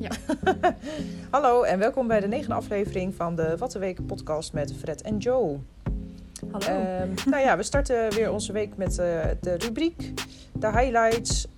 Ja. Hallo en welkom bij de 9e aflevering van de Wat een Week podcast met Fred en Joe. Hallo. We starten weer onze week met de rubriek, de highlights.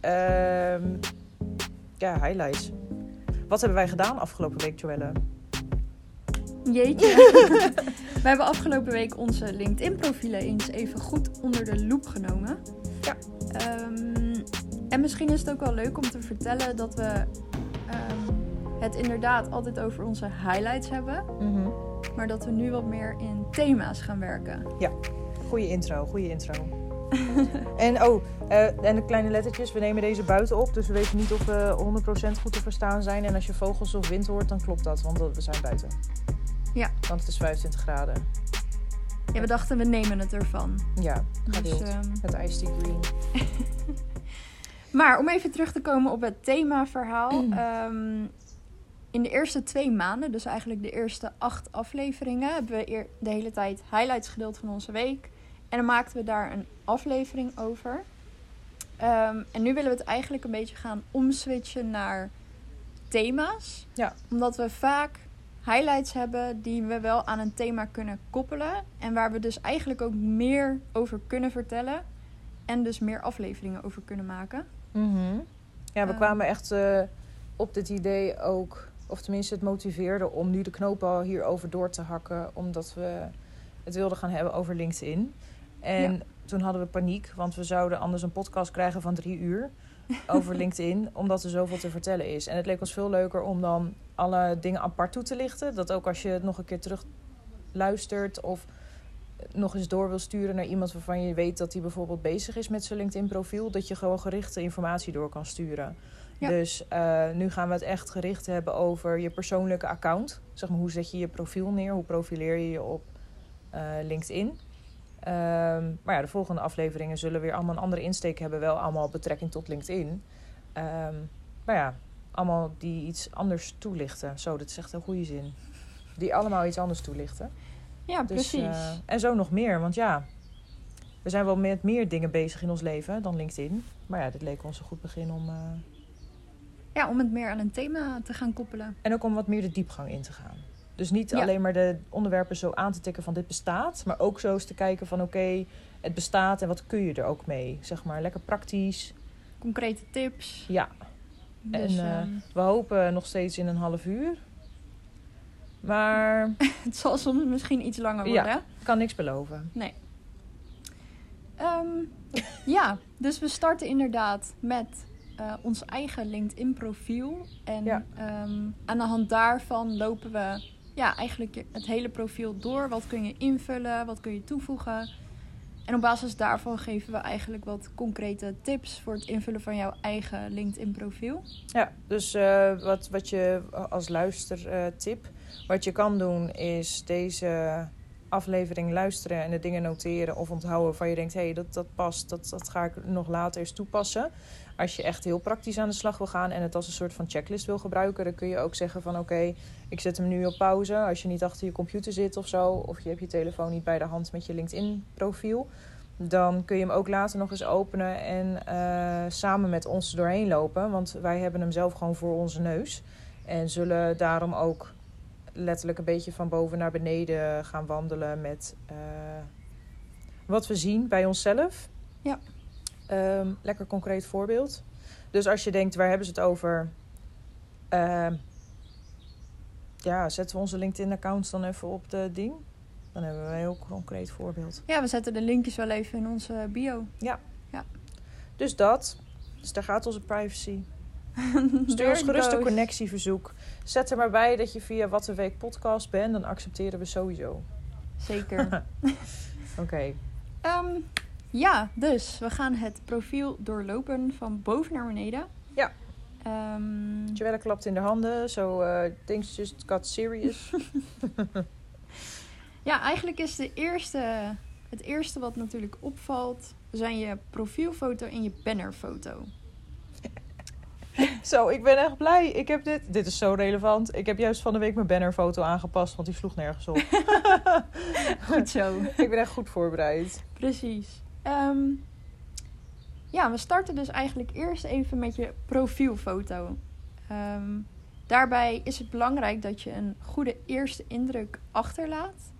Highlights. Wat hebben wij gedaan afgelopen week, Joelle? Jeetje. We hebben afgelopen week onze LinkedIn-profielen eens even goed onder de loep genomen. Ja. En misschien is het ook wel leuk om te vertellen dat we het inderdaad altijd over onze highlights hebben. Mm-hmm. Maar dat we nu wat meer in thema's gaan werken. Ja, goede intro. En de kleine lettertjes, we nemen deze buiten op. Dus we weten niet of we 100% goed te verstaan zijn. En als je vogels of wind hoort, dan klopt dat, want we zijn buiten. Ja. Want het is 25 graden. Ja, we dachten we nemen het ervan. Ja, gedeeld. Dus, met Ice Tea Green. Maar om even terug te komen op het themaverhaal. In de eerste 2 maanden, dus eigenlijk de eerste 8 afleveringen, hebben we de hele tijd highlights gedeeld van onze week. En dan maakten we daar een aflevering over. En nu willen we het eigenlijk een beetje gaan omswitchen naar thema's. Ja. Omdat we vaak highlights hebben die we wel aan een thema kunnen koppelen. En waar we dus eigenlijk ook meer over kunnen vertellen. En dus meer afleveringen over kunnen maken. Mm-hmm. Ja, we kwamen echt op dit idee ook, of tenminste het motiveerde om nu de knoop hierover door te hakken. Omdat we het wilden gaan hebben over LinkedIn. En toen hadden we paniek, want we zouden anders een podcast krijgen van 3 uur over LinkedIn. Omdat er zoveel te vertellen is. En het leek ons veel leuker om dan alle dingen apart toe te lichten. Dat ook als je het nog een keer terug luistert of nog eens door wil sturen naar iemand waarvan je weet dat hij bijvoorbeeld bezig is met zijn LinkedIn-profiel, dat je gewoon gerichte informatie door kan sturen. Ja. Dus nu gaan we het echt gericht hebben over je persoonlijke account. Zeg maar, hoe zet je je profiel neer? Hoe profileer je je op LinkedIn? Maar ja, de volgende afleveringen zullen weer allemaal een andere insteek hebben. Wel allemaal betrekking tot LinkedIn. Maar ja, allemaal die iets anders toelichten. Zo, dat is echt een goede zin. Die allemaal iets anders toelichten. Ja, dus, precies. En zo nog meer, want ja, we zijn wel met meer dingen bezig in ons leven dan LinkedIn. Maar ja, dit leek ons een goed begin om om het meer aan een thema te gaan koppelen. En ook om wat meer de diepgang in te gaan. Dus niet alleen maar de onderwerpen zo aan te tikken van dit bestaat, maar ook zo eens te kijken van oké, het bestaat en wat kun je er ook mee? Zeg maar, lekker praktisch. Concrete tips. Ja. Dus, en we hopen nog steeds in een half uur. Maar het zal soms misschien iets langer worden. Ja, kan niks beloven. Nee. Dus we starten inderdaad met ons eigen LinkedIn-profiel. En aan de hand daarvan lopen we eigenlijk het hele profiel door. Wat kun je invullen? Wat kun je toevoegen? En op basis daarvan geven we eigenlijk wat concrete tips voor het invullen van jouw eigen LinkedIn-profiel. Ja, dus wat je als luistertip, wat je kan doen is deze aflevering luisteren en de dingen noteren of onthouden waarvan je denkt, hé, dat past, dat ga ik nog later eens toepassen. Als je echt heel praktisch aan de slag wil gaan en het als een soort van checklist wil gebruiken, dan kun je ook zeggen van oké, ik zet hem nu op pauze. Als je niet achter je computer zit of zo, of je hebt je telefoon niet bij de hand met je LinkedIn-profiel, dan kun je hem ook later nog eens openen en samen met ons doorheen lopen. Want wij hebben hem zelf gewoon voor onze neus en zullen daarom ook letterlijk een beetje van boven naar beneden gaan wandelen met wat we zien bij onszelf. Ja. Lekker concreet voorbeeld. Dus als je denkt, waar hebben ze het over? Zetten we onze LinkedIn-accounts dan even op de ding? Dan hebben we een heel concreet voorbeeld. Ja, we zetten de linkjes wel even in onze bio. Ja. Dus daar gaat onze privacy. Stuur ons gerust een connectieverzoek. Zet er maar bij dat je via Wat een Week podcast bent. Dan accepteren we sowieso. Zeker. Oké. Dus we gaan het profiel doorlopen van boven naar beneden. Ja. Joelle klapt in de handen. So things just got serious. Ja, eigenlijk is het eerste wat natuurlijk opvalt zijn je profielfoto en je bannerfoto. Zo, ik ben echt blij. Ik heb dit is zo relevant. Ik heb juist van de week mijn bannerfoto aangepast, want die sloeg nergens op. Goed zo. Ik ben echt goed voorbereid. Precies. We starten dus eigenlijk eerst even met je profielfoto. Daarbij is het belangrijk dat je een goede eerste indruk achterlaat.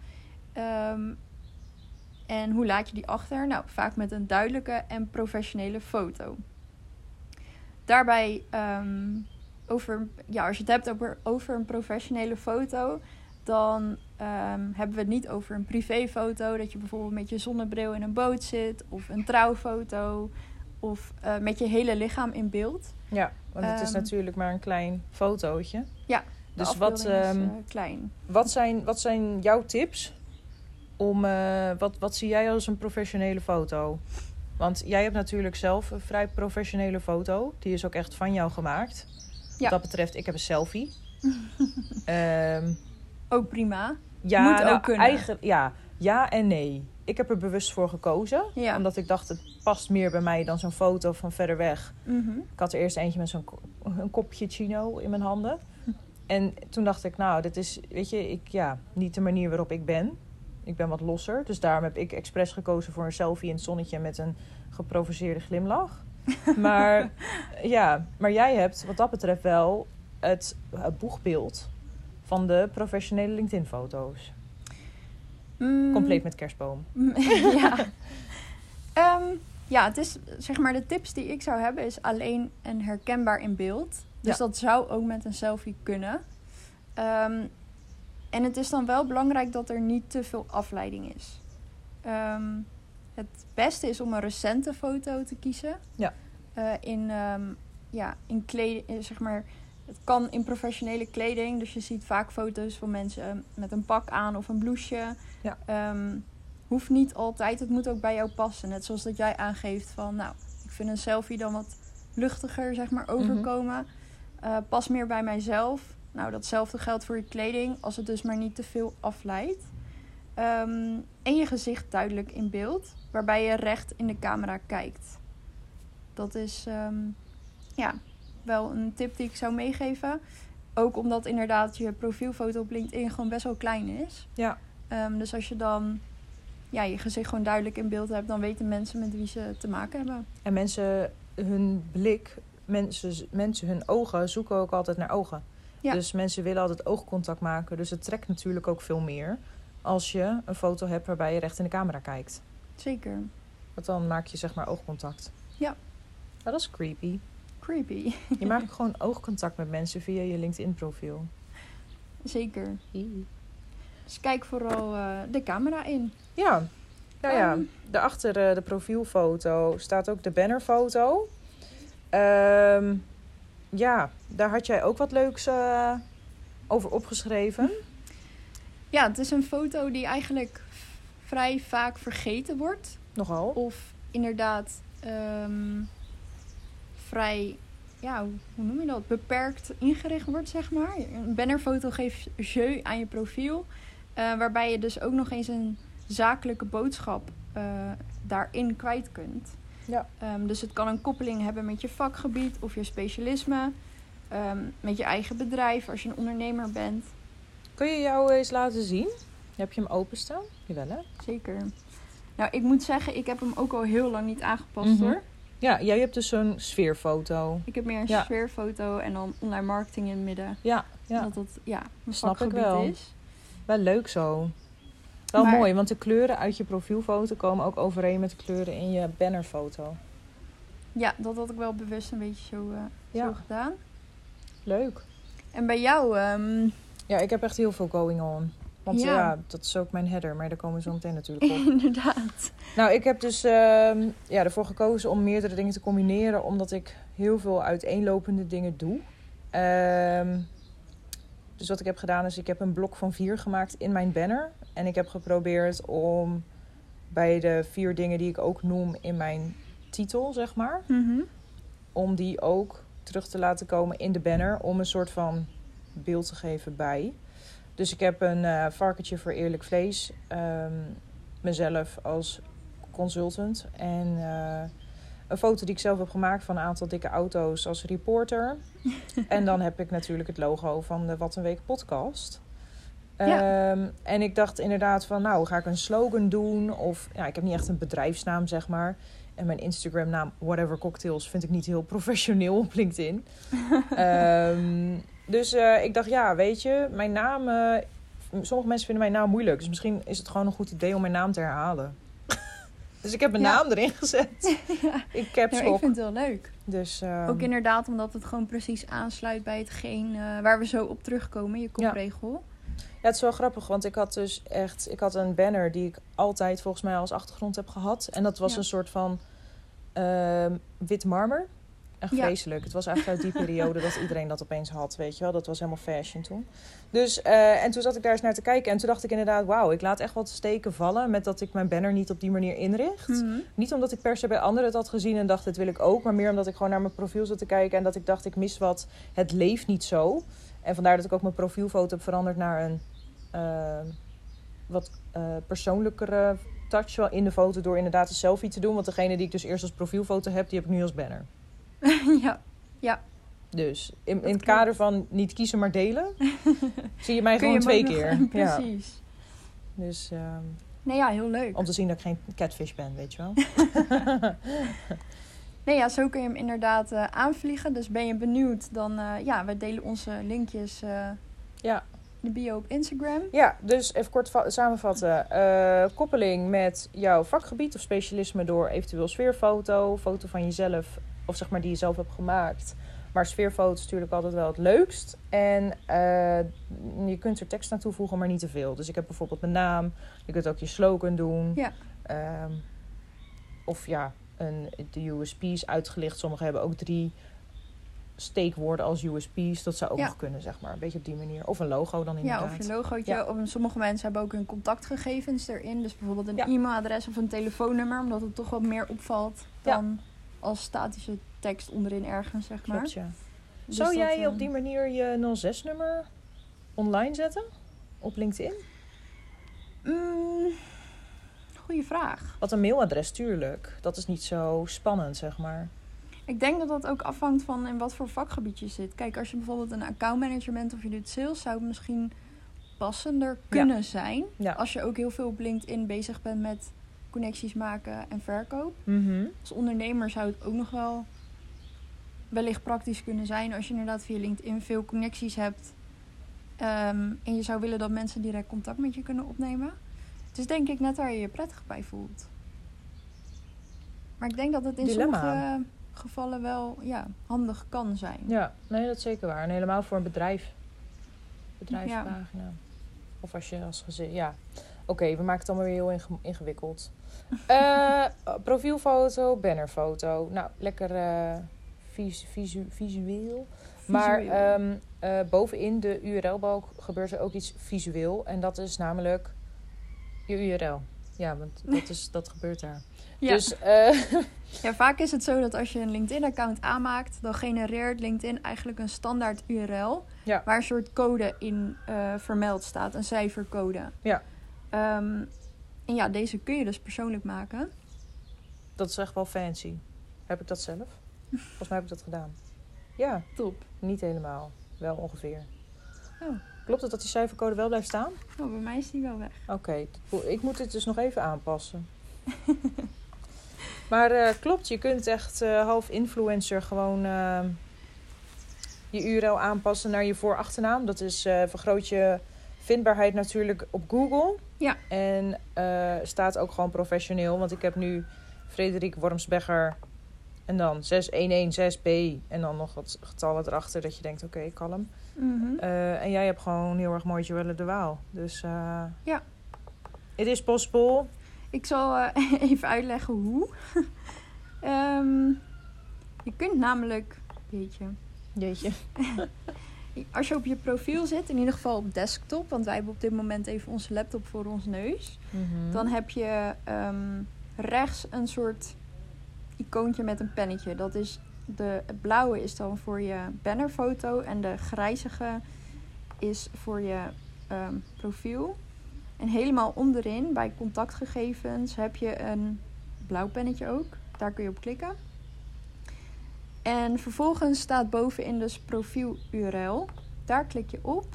En hoe laat je die achter? Nou, vaak met een duidelijke en professionele foto. Daarbij, als je het hebt over een professionele foto, dan hebben we het niet over een privéfoto. Dat je bijvoorbeeld met je zonnebril in een boot zit. Of een trouwfoto. Of met je hele lichaam in beeld. Ja, want het is natuurlijk maar een klein fotootje. Ja, de dus afbeelding is klein. Wat zijn jouw tips om... wat zie jij als een professionele foto? Want jij hebt natuurlijk zelf een vrij professionele foto. Die is ook echt van jou gemaakt. Ja. Wat dat betreft, ik heb een selfie. Ook prima. Ja, moet ook kunnen. Ja en nee. Ik heb er bewust voor gekozen. Ja. Omdat ik dacht, het past meer bij mij dan zo'n foto van verder weg. Mm-hmm. Ik had er eerst eentje met een kopje chino in mijn handen. En toen dacht ik, nou, dit is, weet je, niet de manier waarop ik ben. Ik ben wat losser. Dus daarom heb ik expres gekozen voor een selfie in het zonnetje met een geprovoceerde glimlach. Maar jij hebt wat dat betreft wel het boegbeeld van de professionele LinkedIn-foto's. Compleet met kerstboom. Het is, zeg maar, de tips die ik zou hebben is alleen en herkenbaar in beeld. Dus dat zou ook met een selfie kunnen. En het is dan wel belangrijk dat er niet te veel afleiding is. Het beste is om een recente foto te kiezen. Ja. In kleding, zeg maar. Het kan in professionele kleding. Dus je ziet vaak foto's van mensen met een pak aan of een blouseje. Ja. Hoeft niet altijd. Het moet ook bij jou passen. Net zoals dat jij aangeeft van... Nou, ik vind een selfie dan wat luchtiger, zeg maar, overkomen. Pas meer bij mijzelf. Nou, datzelfde geldt voor je kleding. Als het dus maar niet te veel afleidt. En je gezicht duidelijk in beeld. Waarbij je recht in de camera kijkt. Dat is... wel een tip die ik zou meegeven. Ook omdat inderdaad je profielfoto op LinkedIn gewoon best wel klein is. Ja. Dus als je dan je gezicht gewoon duidelijk in beeld hebt... dan weten mensen met wie ze te maken hebben. En mensen, hun blik, mensen hun ogen zoeken ook altijd naar ogen. Ja. Dus mensen willen altijd oogcontact maken. Dus het trekt natuurlijk ook veel meer... als je een foto hebt waarbij je recht in de camera kijkt. Zeker. Want dan maak je zeg maar oogcontact. Ja. Dat is creepy. Creepy. Je maakt gewoon oogcontact met mensen via je LinkedIn-profiel. Zeker. Dus kijk vooral de camera in. Ja. Daarachter de profielfoto staat ook de bannerfoto. Daar had jij ook wat leuks over opgeschreven. Ja, het is een foto die eigenlijk vrij vaak vergeten wordt. Nogal. Of inderdaad... vrij, hoe noem je dat? Beperkt ingericht wordt, zeg maar. Een bannerfoto geeft jeu aan je profiel. Waarbij je dus ook nog eens een zakelijke boodschap daarin kwijt kunt. Ja. Dus het kan een koppeling hebben met je vakgebied of je specialisme. Met je eigen bedrijf, als je een ondernemer bent. Kun je jou eens laten zien? Heb je hem openstaan? Jawel, hè? Zeker. Nou, ik moet zeggen, ik heb hem ook al heel lang niet aangepast, hoor. Ja, jij hebt dus zo'n sfeerfoto. Ik heb meer een sfeerfoto en dan online marketing in het midden. Ja. Dat het mijn snap ik wel. Is. Wel leuk zo. Wel mooi, want de kleuren uit je profielfoto komen ook overeen met de kleuren in je bannerfoto. Ja, dat had ik wel bewust een beetje zo gedaan. Leuk. En bij jou? Ja, ik heb echt heel veel going on. Want dat is ook mijn header, maar daar komen we zo meteen natuurlijk op. Inderdaad. Nou, ik heb dus ervoor gekozen om meerdere dingen te combineren, omdat ik heel veel uiteenlopende dingen doe. Dus wat ik heb gedaan is, ik heb een blok van 4 gemaakt in mijn banner. En ik heb geprobeerd om bij de 4 dingen die ik ook noem in mijn titel, zeg maar, om die ook terug te laten komen in de banner, om een soort van beeld te geven bij. Dus ik heb een varkentje voor eerlijk vlees, mezelf als consultant en een foto die ik zelf heb gemaakt van een aantal dikke auto's als reporter. En dan heb ik natuurlijk het logo van de Wat een Week podcast. En ik dacht inderdaad van, nou, ga ik een slogan doen? Of, ik heb niet echt een bedrijfsnaam, zeg maar. En mijn Instagram-naam, Whatever Cocktails, vind ik niet heel professioneel op LinkedIn. Dus ik dacht, ja, weet je, mijn naam... sommige mensen vinden mijn naam moeilijk. Dus misschien is het gewoon een goed idee om mijn naam te herhalen. Dus ik heb mijn naam erin gezet. Ja. In caps lock. Ik vind het heel leuk. Dus, ook inderdaad omdat het gewoon precies aansluit bij hetgeen waar we zo op terugkomen, je kopregel. Ja, het is wel grappig, want ik had dus echt... Ik had een banner die ik altijd volgens mij als achtergrond heb gehad. En dat was een soort van wit marmer. Echt vreselijk. Het was eigenlijk uit die periode dat iedereen dat opeens had, weet je wel. Dat was helemaal fashion toen. Dus, en toen zat ik daar eens naar te kijken. En toen dacht ik inderdaad, wauw, ik laat echt wat steken vallen... met dat ik mijn banner niet op die manier inricht. Mm-hmm. Niet omdat ik per se bij anderen het had gezien en dacht, dit wil ik ook. Maar meer omdat ik gewoon naar mijn profiel zat te kijken... en dat ik dacht, ik mis wat. Het leeft niet zo. En vandaar dat ik ook mijn profielfoto heb veranderd naar een... wat persoonlijkere touch wel in de foto... door inderdaad een selfie te doen. Want degene die ik dus eerst als profielfoto heb... die heb ik nu als banner. Ja. Dus in het kader van niet kiezen maar delen... zie je mij kun gewoon je 2 keer. Precies. Ja. Dus... nee, ja, heel leuk. Om te zien dat ik geen catfish ben, weet je wel. Nee, ja, zo kun je hem inderdaad aanvliegen. Dus ben je benieuwd, dan... we delen onze linkjes... de bio op Instagram. Ja, dus even kort samenvatten. Koppeling met jouw vakgebied of specialisme door eventueel sfeerfoto, foto van jezelf, of zeg maar die je zelf hebt gemaakt. Maar sfeerfoto is natuurlijk altijd wel het leukst. En je kunt er tekst aan toevoegen, maar niet te veel. Dus ik heb bijvoorbeeld mijn naam. Je kunt ook je slogan doen. Ja. Of ja, de USP's uitgelicht. Sommigen hebben ook 3 steekwoorden als USP's. Dat zou ook nog kunnen, zeg maar. Een beetje op die manier. Of een logo dan inderdaad. Ja, of je logootje. Ja. Of sommige mensen hebben ook hun contactgegevens erin. Dus bijvoorbeeld een e-mailadres of een telefoonnummer. Omdat het toch wat meer opvalt dan als statische tekst onderin ergens, zeg maar. Klopt, ja. Dus zou jij op die manier je 06-nummer online zetten? Op LinkedIn? Goeie vraag. Wat een mailadres, tuurlijk. Dat is niet zo spannend, zeg maar. Ik denk dat dat ook afhangt van in wat voor vakgebied je zit. Kijk, als je bijvoorbeeld een accountmanager bent of je doet sales, zou het misschien passender kunnen zijn. Ja. Als je ook heel veel op LinkedIn bezig bent met connecties maken en verkoop. Mm-hmm. Als ondernemer zou het ook nog wel wellicht praktisch kunnen zijn als je inderdaad via LinkedIn veel connecties hebt. En je zou willen dat mensen direct contact met je kunnen opnemen. Het is denk ik net waar je je prettig bij voelt. Maar ik denk dat het in sommige gevallen wel handig kan zijn. Ja, nee, dat is zeker waar. En helemaal voor een bedrijfspagina. Ja. Of als je als gezin... Ja, oké, we maken het allemaal weer heel ingewikkeld. Profielfoto, bannerfoto. Nou, lekker visueel. Maar bovenin de URL-balk gebeurt er ook iets visueel. En dat is namelijk je URL. Ja, want dat gebeurt daar. Ja. Dus, vaak is het zo dat als je een LinkedIn-account aanmaakt, dan genereert LinkedIn eigenlijk een standaard URL waar een soort code in vermeld staat, een cijfercode. Ja. En deze kun je dus persoonlijk maken. Dat is echt wel fancy. Heb ik dat zelf? Volgens mij heb ik dat gedaan. Ja. Top. Niet helemaal. Wel ongeveer. Oh. Klopt het dat die cijfercode wel blijft staan? Oh, bij mij is die wel weg. Oké. Ik moet het dus nog even aanpassen. Maar klopt, je kunt echt half influencer gewoon je URL aanpassen naar je voor-achternaam. Dat is vergroot je vindbaarheid natuurlijk op Google. Ja. En staat ook gewoon professioneel. Want ik heb nu Frederik Wormsbegger en dan 6116B en dan nog wat getallen erachter dat je denkt, oké, kalm. Mm-hmm. En jij hebt gewoon heel erg mooi Joelle de Waal. Dus ja. It is possible. Ik zal even uitleggen hoe. Je kunt namelijk... Jeetje. Als je op je profiel zit, in ieder geval op desktop, want wij hebben op dit moment even onze laptop voor ons neus. Mm-hmm. Dan heb je rechts een soort icoontje met een pennetje. Dat is het blauwe is dan voor je bannerfoto en de grijzige is voor je profiel. En helemaal onderin, bij contactgegevens, heb je een blauw pennetje ook. Daar kun je op klikken. En vervolgens staat bovenin dus profiel URL. Daar klik je op.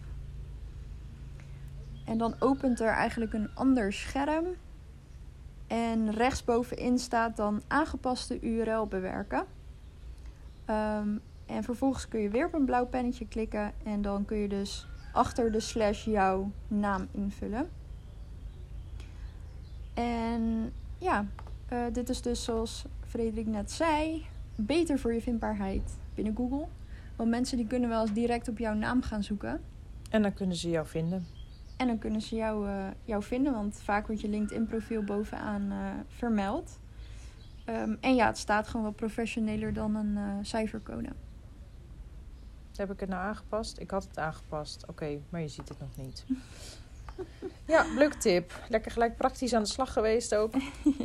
En dan opent er eigenlijk een ander scherm. En rechtsbovenin staat dan aangepaste URL bewerken. En vervolgens kun je weer op een blauw pennetje klikken. En dan kun je dus achter de / jouw naam invullen. En ja, dit is dus zoals Frederik net zei, beter voor je vindbaarheid binnen Google. Want mensen die kunnen wel eens direct op jouw naam gaan zoeken. En dan kunnen ze jou vinden. En dan kunnen ze jou vinden, want vaak wordt je LinkedIn-profiel bovenaan vermeld. En ja, het staat gewoon wel professioneler dan een cijfercode. Heb ik het nou aangepast? Ik had het aangepast. Oké, maar je ziet het nog niet. Ja, leuke tip. Lekker gelijk praktisch aan de slag geweest ook.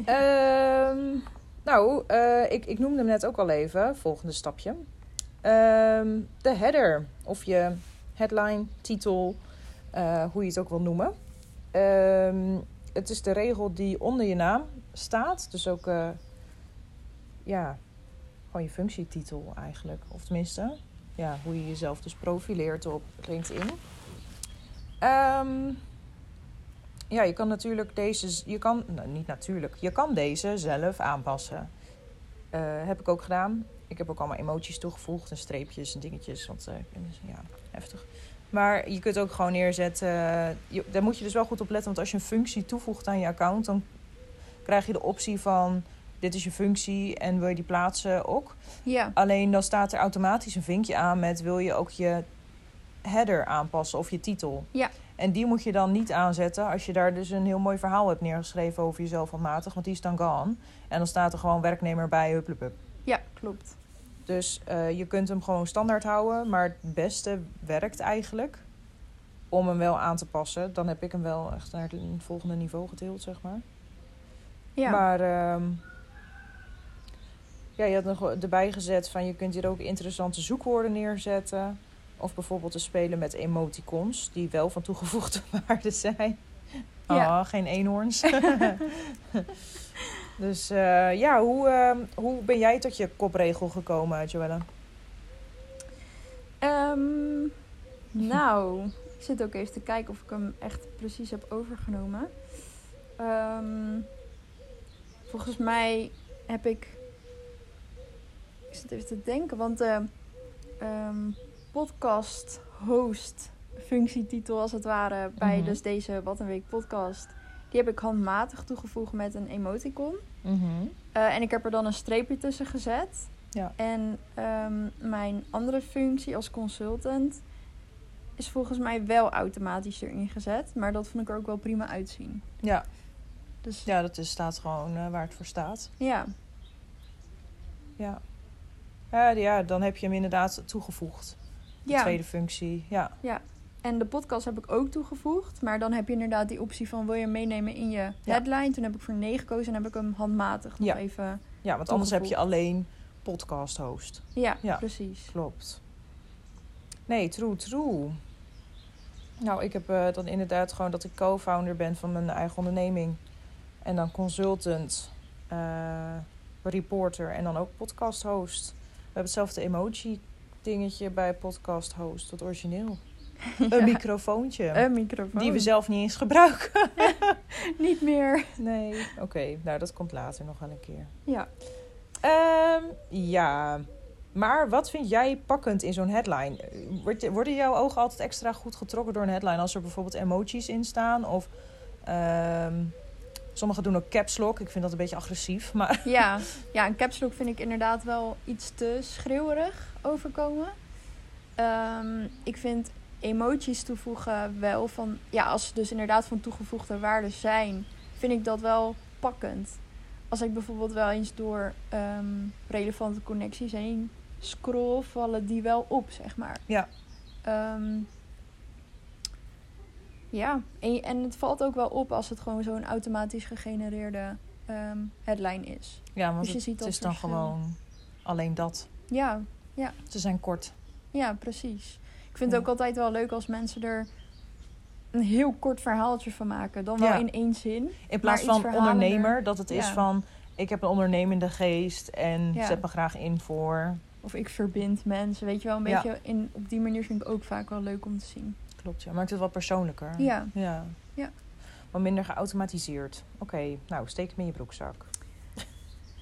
Ik noemde hem net ook al even. Volgende stapje. De header. Of je headline, titel, hoe je het ook wil noemen. Het is de regel die onder je naam staat. Dus ook gewoon je functietitel eigenlijk. Of tenminste, hoe je jezelf dus profileert op LinkedIn. Je kan natuurlijk je kan deze zelf aanpassen. Heb ik ook gedaan. Ik heb ook allemaal emoties toegevoegd en streepjes en dingetjes. Want heftig. Maar je kunt ook gewoon neerzetten. Daar moet je dus wel goed op letten. Want als je een functie toevoegt aan je account, dan krijg je de optie van: dit is je functie en wil je die plaatsen ook. Ja. Alleen dan staat er automatisch een vinkje aan met: wil je ook je header aanpassen of je titel. Ja. En die moet je dan niet aanzetten als je daar dus een heel mooi verhaal hebt neergeschreven over jezelf handmatig. Want die is dan gone. En dan staat er gewoon werknemer bij, hupplepup. Ja, klopt. Dus je kunt hem gewoon standaard houden. Maar het beste werkt eigenlijk om hem wel aan te passen. Dan heb ik hem wel echt naar het volgende niveau getild, zeg maar. Ja. Maar je had nog erbij gezet van: je kunt hier ook interessante zoekwoorden neerzetten. Of bijvoorbeeld te spelen met emoticons die wel van toegevoegde waarde zijn. Ja. Geen eenhoorns. Dus hoe ben jij tot je kopregel gekomen, Joelle? Nou, ik zit ook even te kijken of ik hem echt precies heb overgenomen. Volgens mij heb ik zit even te denken, want de podcast host functietitel als het ware bij dus deze Wat een Week podcast, die heb ik handmatig toegevoegd met een emoticon. En ik heb er dan een streepje tussen gezet. Ja. En mijn andere functie als consultant is volgens mij wel automatisch erin gezet. Maar dat vond ik er ook wel prima uitzien. Ja, dus, dat staat gewoon waar het voor staat. Ja. Ja, dan heb je hem inderdaad toegevoegd. De tweede functie, ja. En de podcast heb ik ook toegevoegd. Maar dan heb je inderdaad die optie van: wil je hem meenemen in je headline? Toen heb ik voor 9 gekozen en heb ik hem handmatig nog even. Ja, want anders heb je alleen podcast host. Ja, precies. Klopt. Nee, true. Nou, ik heb dan inderdaad gewoon dat ik co-founder ben van mijn eigen onderneming. En dan consultant, reporter en dan ook podcast host. We hebben hetzelfde emoji dingetje bij podcast host. Wat origineel. Een microfoontje. Een microfoon. Die we zelf niet eens gebruiken. Niet meer. Nee, oké. Nou, dat komt later nog wel een keer. Ja. Maar wat vind jij pakkend in zo'n headline? Worden jouw ogen altijd extra goed getrokken door een headline als er bijvoorbeeld emojis in staan? Of sommigen doen ook caps lock. Ik vind dat een beetje agressief. Maar Ja, een caps lock vind ik inderdaad wel iets te schreeuwerig overkomen. Ik vind emojis toevoegen wel van... Ja, als ze dus inderdaad van toegevoegde waarde zijn, vind ik dat wel pakkend. Als ik bijvoorbeeld wel eens door relevante connecties heen scroll, vallen die wel op, zeg maar. Ja. En het valt ook wel op als het gewoon zo'n automatisch gegenereerde headline is. Ja, want dus je ziet het is dan gewoon alleen dat. Ja. Ze zijn kort. Ja, precies. Ik vind het ook altijd wel leuk als mensen er een heel kort verhaaltje van maken. Dan wel in één zin. In plaats van ondernemer, dat het is van: ik heb een ondernemende geest en zet me graag in voor. Of ik verbind mensen, weet je wel. Een beetje op die manier vind ik ook vaak wel leuk om te zien. Klopt, maakt het wat persoonlijker. Ja. Wat minder geautomatiseerd. Oké, nou, steek hem in je broekzak.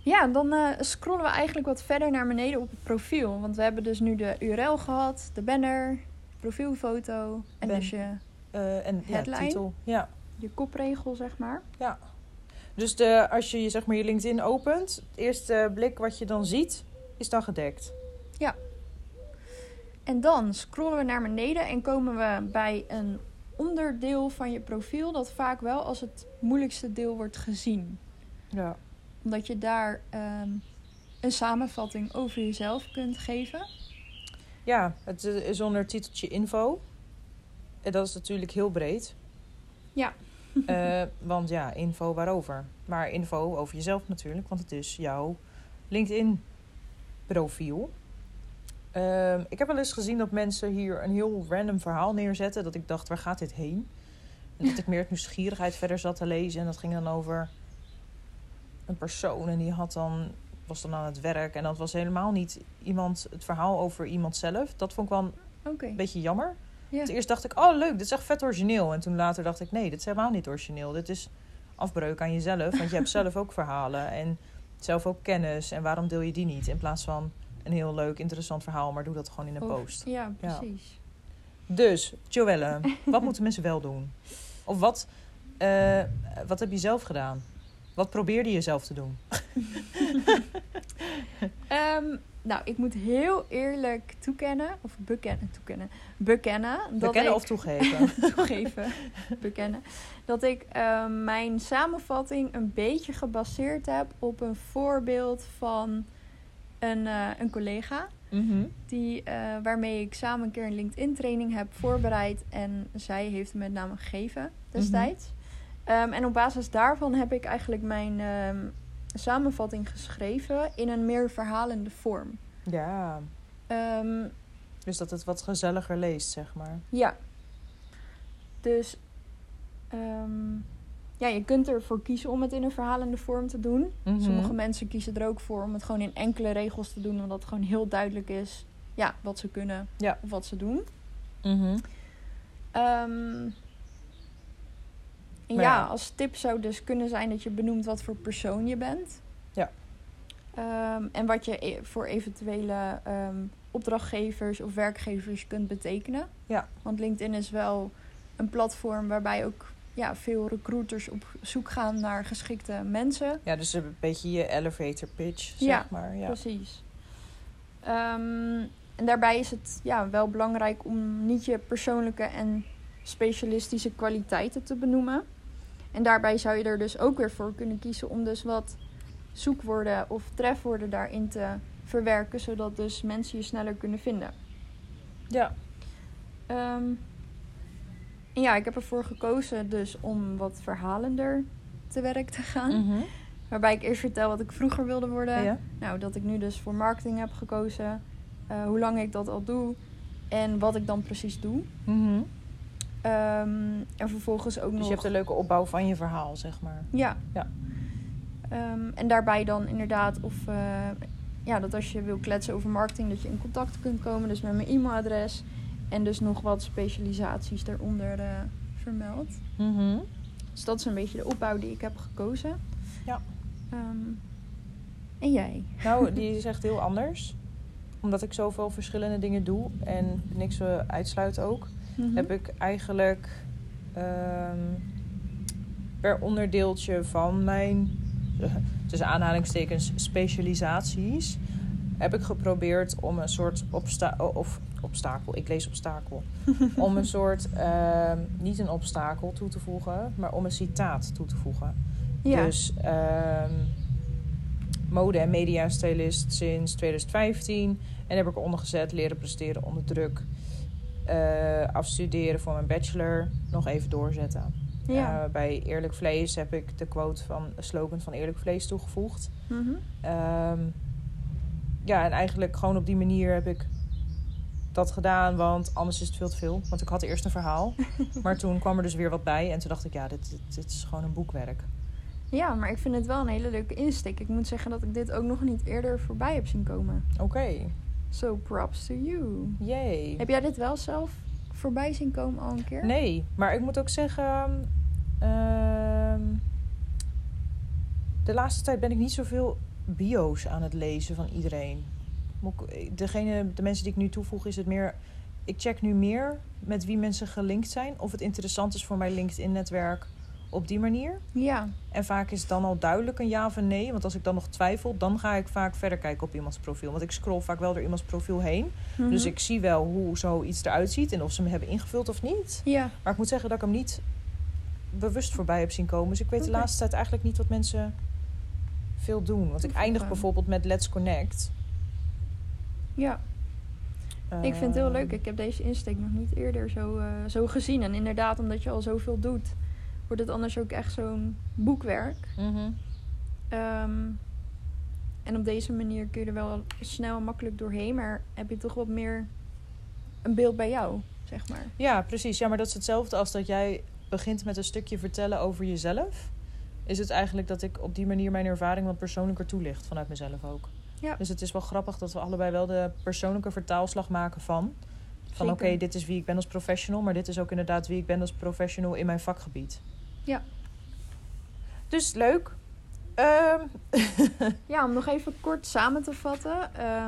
Ja, dan scrollen we eigenlijk wat verder naar beneden op het profiel. Want we hebben dus nu de URL gehad, de banner, profielfoto en dus je headline. Titel. Ja. Je kopregel, zeg maar. Ja. Dus als je zeg maar je LinkedIn opent, het eerste blik wat je dan ziet, is dan gedekt. Ja. En dan scrollen we naar beneden en komen we bij een onderdeel van je profiel dat vaak wel als het moeilijkste deel wordt gezien. Ja. Omdat je daar een samenvatting over jezelf kunt geven. Ja, het is onder titeltje info. En dat is natuurlijk heel breed. Ja. Want ja, info waarover? Maar info over jezelf natuurlijk, want het is jouw LinkedIn-profiel. Ik heb wel eens gezien dat mensen hier een heel random verhaal neerzetten. Dat ik dacht, waar gaat dit heen? En dat ik meer uit nieuwsgierigheid verder zat te lezen. En dat ging dan over een persoon en die was dan aan het werk. En dat was helemaal niet het verhaal over iemand zelf. Dat vond ik wel een beetje jammer. Ja. Dus eerst dacht ik, oh leuk, dit is echt vet origineel. En toen later dacht ik, nee, dit is helemaal niet origineel. Dit is afbreuk aan jezelf, want je hebt zelf ook verhalen. En zelf ook kennis. En waarom deel je die niet? In plaats van een heel leuk, interessant verhaal, maar doe dat gewoon in een post. Ja, precies. Ja. Dus, Joelle, wat moeten mensen wel doen? Of wat heb je zelf gedaan? Wat probeerde je zelf te doen? Nou, ik moet heel eerlijk bekennen. Of toegeven? Bekennen. Dat ik mijn samenvatting een beetje gebaseerd heb op een voorbeeld van een collega. Mm-hmm. Waarmee ik samen een keer een LinkedIn training heb voorbereid. En zij heeft me met name gegeven destijds. Mm-hmm. En op basis daarvan heb ik eigenlijk mijn samenvatting geschreven in een meer verhalende vorm. Ja. Dus dat het wat gezelliger leest, zeg maar. Ja. Dus je kunt ervoor kiezen om het in een verhalende vorm te doen. Mm-hmm. Sommige mensen kiezen er ook voor om het gewoon in enkele regels te doen. Omdat het gewoon heel duidelijk is wat ze kunnen of wat ze doen. Mm-hmm. Als tip zou dus kunnen zijn dat je benoemt wat voor persoon je bent. Ja. En wat je voor eventuele opdrachtgevers of werkgevers kunt betekenen. Ja. Want LinkedIn is wel een platform waarbij ook veel recruiters op zoek gaan naar geschikte mensen. Ja, dus een beetje je elevator pitch, zeg maar. Ja, precies. En daarbij is het wel belangrijk om niet je persoonlijke en specialistische kwaliteiten te benoemen. En daarbij zou je er dus ook weer voor kunnen kiezen om dus wat zoekwoorden of trefwoorden daarin te verwerken, zodat dus mensen je sneller kunnen vinden. Ja. Ik heb ervoor gekozen dus om wat verhalender te werk te gaan. Mm-hmm. Waarbij ik eerst vertel wat ik vroeger wilde worden. Ja. Nou, dat ik nu dus voor marketing heb gekozen. Hoe lang ik dat al doe. En wat ik dan precies doe. Mm-hmm. En vervolgens ook nog... Dus je hebt een leuke opbouw van je verhaal, zeg maar. Ja. En daarbij dan inderdaad dat als je wil kletsen over marketing, dat je in contact kunt komen. Dus met mijn e-mailadres. En dus nog wat specialisaties daaronder vermeld. Mm-hmm. Dus dat is een beetje de opbouw die ik heb gekozen. Ja. En jij? Nou, die is echt heel anders. Omdat ik zoveel verschillende dingen doe en niks uitsluit ook. Mm-hmm. Heb ik eigenlijk per onderdeeltje van mijn, tussen aanhalingstekens, specialisaties, heb ik geprobeerd om een soort obstakel. Ik lees obstakel. Om een soort, niet een obstakel toe te voegen, maar om een citaat toe te voegen. Ja. Dus mode- en media-stylist sinds 2015. En heb ik eronder gezet, leren presteren onder druk. Afstuderen voor mijn bachelor. Nog even doorzetten. Ja. Bij Eerlijk Vlees heb ik de slogan van Eerlijk Vlees toegevoegd. Mm-hmm. En eigenlijk gewoon op die manier heb ik dat gedaan. Want anders is het veel te veel. Want ik had eerst een verhaal. Maar toen kwam er dus weer wat bij. En toen dacht ik, dit is gewoon een boekwerk. Ja, maar ik vind het wel een hele leuke insteek. Ik moet zeggen dat ik dit ook nog niet eerder voorbij heb zien komen. Oké. So props to you. Yay. Heb jij dit wel zelf voorbij zien komen al een keer? Nee, maar ik moet ook zeggen, de laatste tijd ben ik niet zoveel bio's aan het lezen van iedereen. De mensen die ik nu toevoeg is het meer... Ik check nu meer met wie mensen gelinkt zijn. Of het interessant is voor mijn LinkedIn-netwerk op die manier. Ja. En vaak is het dan al duidelijk een ja of een nee. Want als ik dan nog twijfel, dan ga ik vaak verder kijken op iemands profiel. Want ik scroll vaak wel door iemands profiel heen. Mm-hmm. Dus ik zie wel hoe zoiets eruit ziet en of ze hem hebben ingevuld of niet. Ja. Maar ik moet zeggen dat ik hem niet bewust voorbij heb zien komen. Dus ik weet de laatste tijd eigenlijk niet wat mensen veel doen. Want ik eindig bijvoorbeeld met Let's Connect. Ja. Ik vind het heel leuk. Ik heb deze insteek nog niet eerder zo gezien. En inderdaad, omdat je al zoveel doet, wordt het anders ook echt zo'n boekwerk. Mm-hmm. En op deze manier kun je er wel snel en makkelijk doorheen. Maar heb je toch wat meer een beeld bij jou, zeg maar. Ja, precies. Ja, maar dat is hetzelfde als dat jij begint met een stukje vertellen over jezelf. Is het eigenlijk dat ik op die manier mijn ervaring wat persoonlijker toelicht vanuit mezelf ook. Ja. Dus het is wel grappig dat we allebei wel de persoonlijke vertaalslag maken van oké, dit is wie ik ben als professional, maar dit is ook inderdaad wie ik ben als professional in mijn vakgebied. Ja. Dus leuk. Ja, om nog even kort samen te vatten.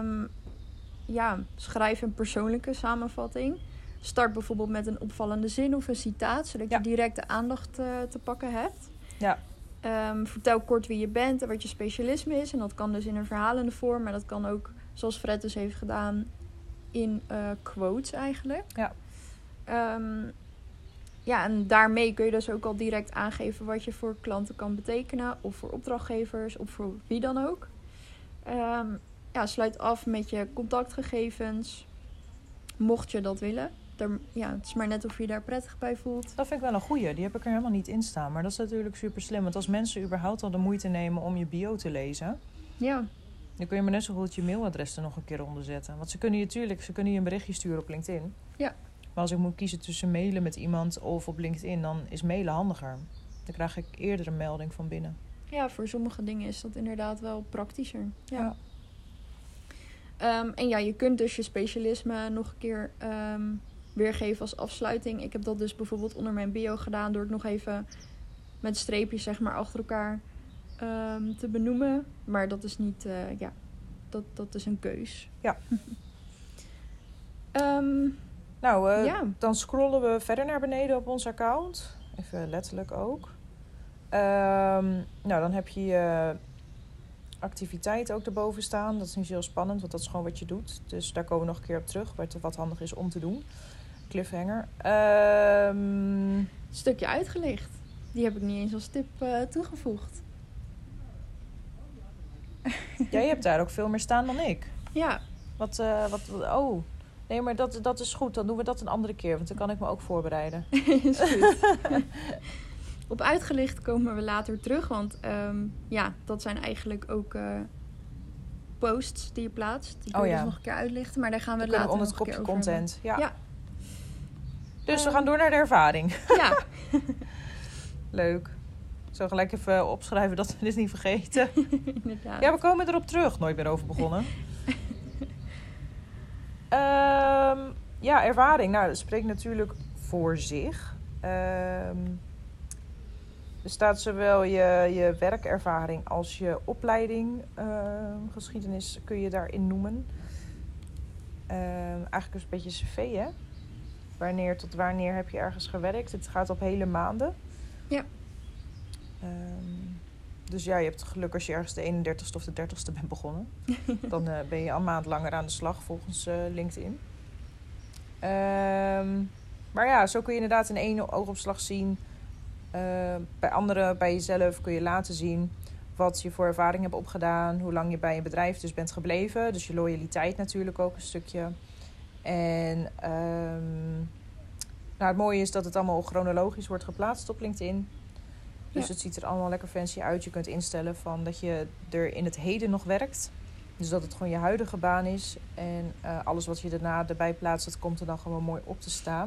Schrijf een persoonlijke samenvatting. Start bijvoorbeeld met een opvallende zin of een citaat, zodat je direct de aandacht te pakken hebt. Ja. Vertel kort wie je bent en wat je specialisme is. En dat kan dus in een verhalende vorm, maar dat kan ook, zoals Fred dus heeft gedaan, in quotes eigenlijk. Ja. En daarmee kun je dus ook al direct aangeven wat je voor klanten kan betekenen. Of voor opdrachtgevers, of voor wie dan ook. Sluit af met je contactgegevens. Mocht je dat willen. Het is maar net of je daar prettig bij voelt. Dat vind ik wel een goeie. Die heb ik er helemaal niet in staan. Maar dat is natuurlijk super slim. Want als mensen überhaupt al de moeite nemen om je bio te lezen... Ja. Dan kun je maar net zo goed je mailadres er nog een keer onder zetten. Want ze kunnen je een berichtje sturen op LinkedIn. Ja. Maar als ik moet kiezen tussen mailen met iemand of op LinkedIn, dan is mailen handiger. Dan krijg ik eerder een melding van binnen. Ja, voor sommige dingen is dat inderdaad wel praktischer. Ja. Je kunt dus je specialisme nog een keer weergeven als afsluiting. Ik heb dat dus bijvoorbeeld onder mijn bio gedaan door het nog even met streepjes zeg maar achter elkaar te benoemen. Maar dat is niet, dat is een keus. Ja. Dan scrollen we verder naar beneden op ons account. Even letterlijk ook. Dan heb je je activiteit ook erboven staan. Dat is niet zo heel spannend, want dat is gewoon wat je doet. Dus daar komen we nog een keer op terug, wat handig is om te doen. Cliffhanger. Stukje uitgelicht. Die heb ik niet eens als tip toegevoegd. Jij hebt daar ook veel meer staan dan ik. Ja. Nee, maar dat is goed. Dan doen we dat een andere keer, want dan kan ik me ook voorbereiden. Is goed. Op uitgelicht komen we later terug, want dat zijn eigenlijk ook posts die je plaatst. Die kun je dus nog een keer uitlichten, maar daar gaan we later nog een keer over content. Ja. Dus we gaan door naar de ervaring. Ja. Leuk. Zo gelijk even opschrijven dat we dit niet vergeten. Inderdaad. Ja, we komen erop terug. Nooit meer over begonnen. Ervaring. Nou, dat spreekt natuurlijk voor zich. Er staat zowel je werkervaring als je opleiding. Geschiedenis kun je daarin noemen. Eigenlijk een beetje cv, hè? Wanneer tot wanneer heb je ergens gewerkt? Het gaat op hele maanden. Ja. Dus ja, je hebt geluk als je ergens de 31ste of de 30ste bent begonnen. Dan ben je al een maand langer aan de slag volgens LinkedIn. Maar ja, zo kun je inderdaad in één oogopslag zien. Bij anderen, bij jezelf kun je laten zien wat je voor ervaring hebt opgedaan. Hoe lang je bij een bedrijf dus bent gebleven. Dus je loyaliteit natuurlijk ook een stukje. En het mooie is dat het allemaal chronologisch wordt geplaatst op LinkedIn. Dus het ziet er allemaal lekker fancy uit. Je kunt instellen van dat je er in het heden nog werkt. Dus dat het gewoon je huidige baan is. En alles wat je daarna erbij plaatst, dat komt er dan gewoon mooi op te staan.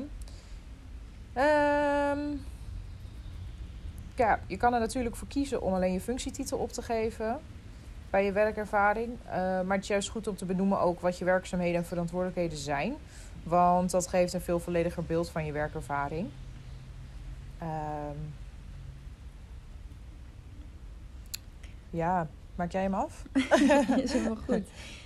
Je kan er natuurlijk voor kiezen om alleen je functietitel op te geven bij je werkervaring. Maar het is juist goed om te benoemen ook wat je werkzaamheden en verantwoordelijkheden zijn. Want dat geeft een veel vollediger beeld van je werkervaring. Maak jij hem af? Is helemaal goed.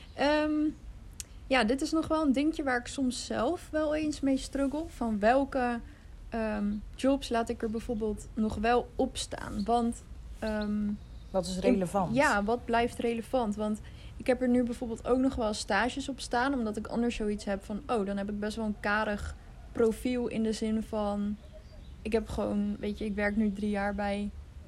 Ja, dit is nog wel een dingetje waar ik soms zelf wel eens mee struggle. Van welke jobs laat ik er bijvoorbeeld nog wel op staan? Want... wat is relevant? Ja, wat blijft relevant? Want ik heb er nu bijvoorbeeld ook nog wel stages op staan. Omdat ik anders zoiets heb van... Oh, dan heb ik best wel een karig profiel in de zin van... Ik heb gewoon, weet je, ik werk nu 3 jaar bij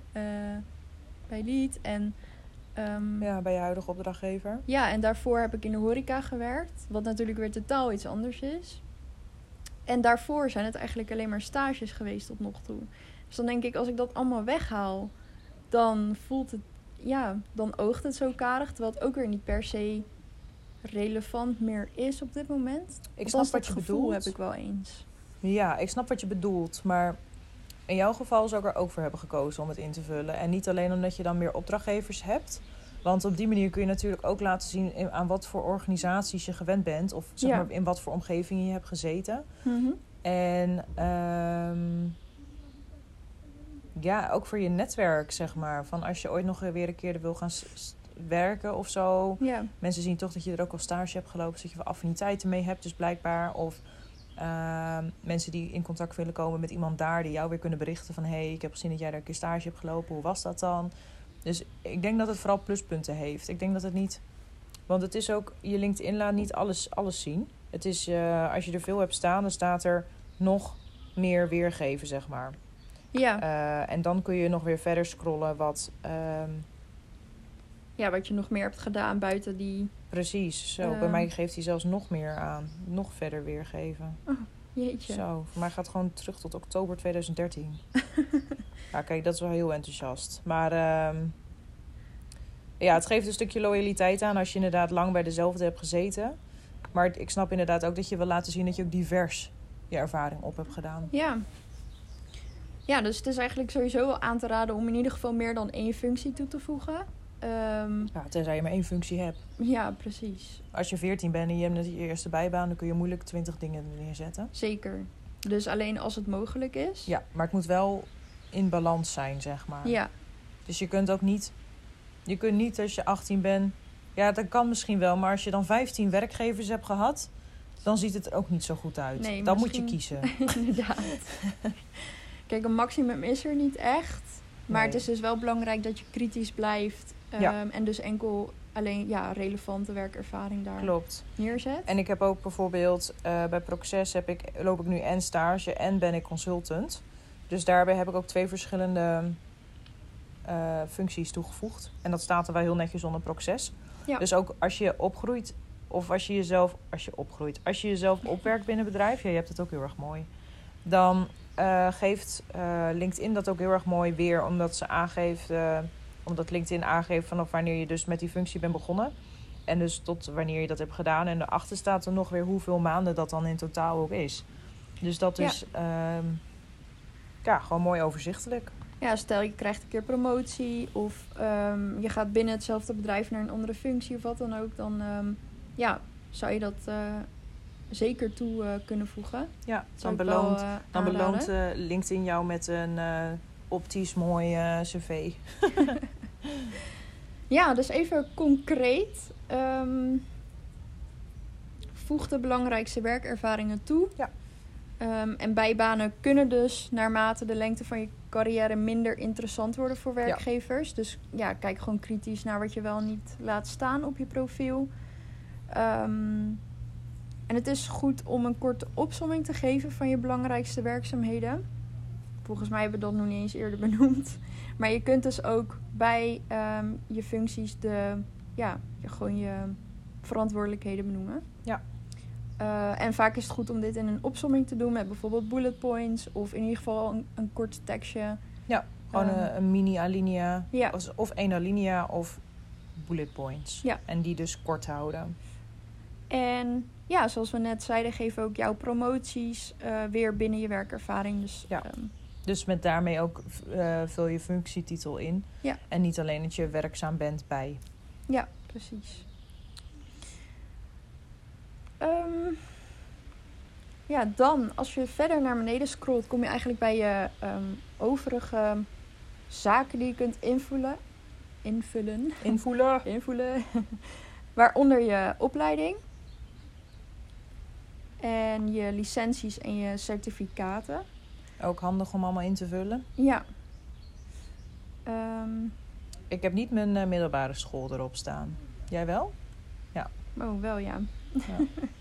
Lead. En... bij je huidige opdrachtgever. Ja, en daarvoor heb ik in de horeca gewerkt. Wat natuurlijk weer totaal iets anders is. En daarvoor zijn het eigenlijk alleen maar stages geweest tot nog toe. Dus dan denk ik, als ik dat allemaal weghaal... dan voelt het... Ja, dan oogt het zo karig. Terwijl het ook weer niet per se relevant meer is op dit moment. Ik snap wat je bedoelt. Heb ik wel eens. Ja, ik snap wat je bedoelt. Maar in jouw geval zou ik er ook voor hebben gekozen om het in te vullen. En niet alleen omdat je dan meer opdrachtgevers hebt. Want op die manier kun je natuurlijk ook laten zien... aan wat voor organisaties je gewend bent. Of zeg maar in wat voor omgeving je hebt gezeten. Mm-hmm. En... ja, ook voor je netwerk, zeg maar. Van als je ooit nog weer een keer wil gaan werken of zo. Ja. Mensen zien toch dat je er ook al stage hebt gelopen. Dat je wel affiniteiten mee hebt, dus blijkbaar. Of mensen die in contact willen komen met iemand daar... die jou weer kunnen berichten van... hey, ik heb gezien dat jij daar een keer stage hebt gelopen. Hoe was dat dan? Dus ik denk dat het vooral pluspunten heeft. Ik denk dat het niet... Want het is ook... Je LinkedIn laat niet alles zien. Het is... als je er veel hebt staan, dan staat er nog meer weergeven, zeg maar. Ja. En dan kun je nog weer verder scrollen wat... ja, wat je nog meer hebt gedaan buiten die... Precies, zo. Bij mij geeft hij zelfs nog meer aan. Nog verder weergeven. Oh, jeetje. Zo, voor mij gaat het gewoon terug tot oktober 2013. Ja, kijk, dat is wel heel enthousiast. Maar ja, het geeft een stukje loyaliteit aan als je inderdaad lang bij dezelfde hebt gezeten. Maar ik snap inderdaad ook dat je wil laten zien dat je ook divers je ervaring op hebt gedaan. Ja. Ja, dus het is eigenlijk sowieso wel aan te raden om in ieder geval meer dan 1 functie toe te voegen. Ja, tenzij je maar 1 functie hebt. Ja, precies. Als je 14 bent en je hebt net je eerste bijbaan... dan kun je moeilijk 20 dingen neerzetten. Zeker. Dus alleen als het mogelijk is. Ja, maar het moet wel in balans zijn, zeg maar. Ja. Dus je kunt ook niet... Je kunt niet als je 18 bent... Ja, dat kan misschien wel. Maar als je dan 15 werkgevers hebt gehad... dan ziet het er ook niet zo goed uit. Nee, dan moet je kiezen. Inderdaad. Kijk, een maximum is er niet echt. Maar Nee. het is dus wel belangrijk dat je kritisch blijft. En dus enkel alleen relevante werkervaring daar neerzet. En ik heb ook bijvoorbeeld bij Proces loop ik nu en stage en ben ik consultant. Dus daarbij heb ik ook 2 verschillende functies toegevoegd. En dat staat er wel heel netjes onder Proces. Ja. Dus ook als je opgroeit of als je jezelf opwerkt binnen een bedrijf, ja, je hebt het ook heel erg mooi. Dan geeft LinkedIn dat ook heel erg mooi weer, omdat LinkedIn aangeeft vanaf wanneer je dus met die functie bent begonnen. En dus tot wanneer je dat hebt gedaan. En daarachter staat er nog weer hoeveel maanden dat dan in totaal ook is. Dus dat is gewoon mooi overzichtelijk. Ja, stel je krijgt een keer promotie of je gaat binnen hetzelfde bedrijf naar een andere functie of wat dan ook. Dan zou je dat zeker toe kunnen voegen. Ja, dan beloont LinkedIn jou met een optisch mooi cv. Ja, dus even concreet. Voeg de belangrijkste werkervaringen toe. Ja. En bijbanen kunnen dus naarmate de lengte van je carrière minder interessant worden voor werkgevers. Ja. Dus ja, kijk gewoon kritisch naar wat je wel niet laat staan op je profiel. En het is goed om een korte opsomming te geven van je belangrijkste werkzaamheden. Volgens mij hebben we dat nog niet eens eerder benoemd. Maar je kunt dus ook bij je functies gewoon je verantwoordelijkheden benoemen. Ja. En vaak is het goed om dit in een opsomming te doen met bijvoorbeeld bullet points of in ieder geval een kort tekstje. Ja, gewoon een mini-alinea. Ja. Of 1 alinea of bullet points. Ja. En die dus kort houden. En ja, zoals we net zeiden, geef ook jouw promoties weer binnen je werkervaring. Dus, ja. Dus met daarmee ook vul je functietitel in. Ja. En niet alleen dat je werkzaam bent bij. Ja, precies. Dan, als je verder naar beneden scrolt, kom je eigenlijk bij je overige zaken die je kunt invullen. Invoelen. Waaronder je opleiding. En je licenties en je certificaten. Ook handig om allemaal in te vullen. Ja. Ik heb niet mijn middelbare school erop staan. Jij wel? Ja. Oh, wel ja. Ja.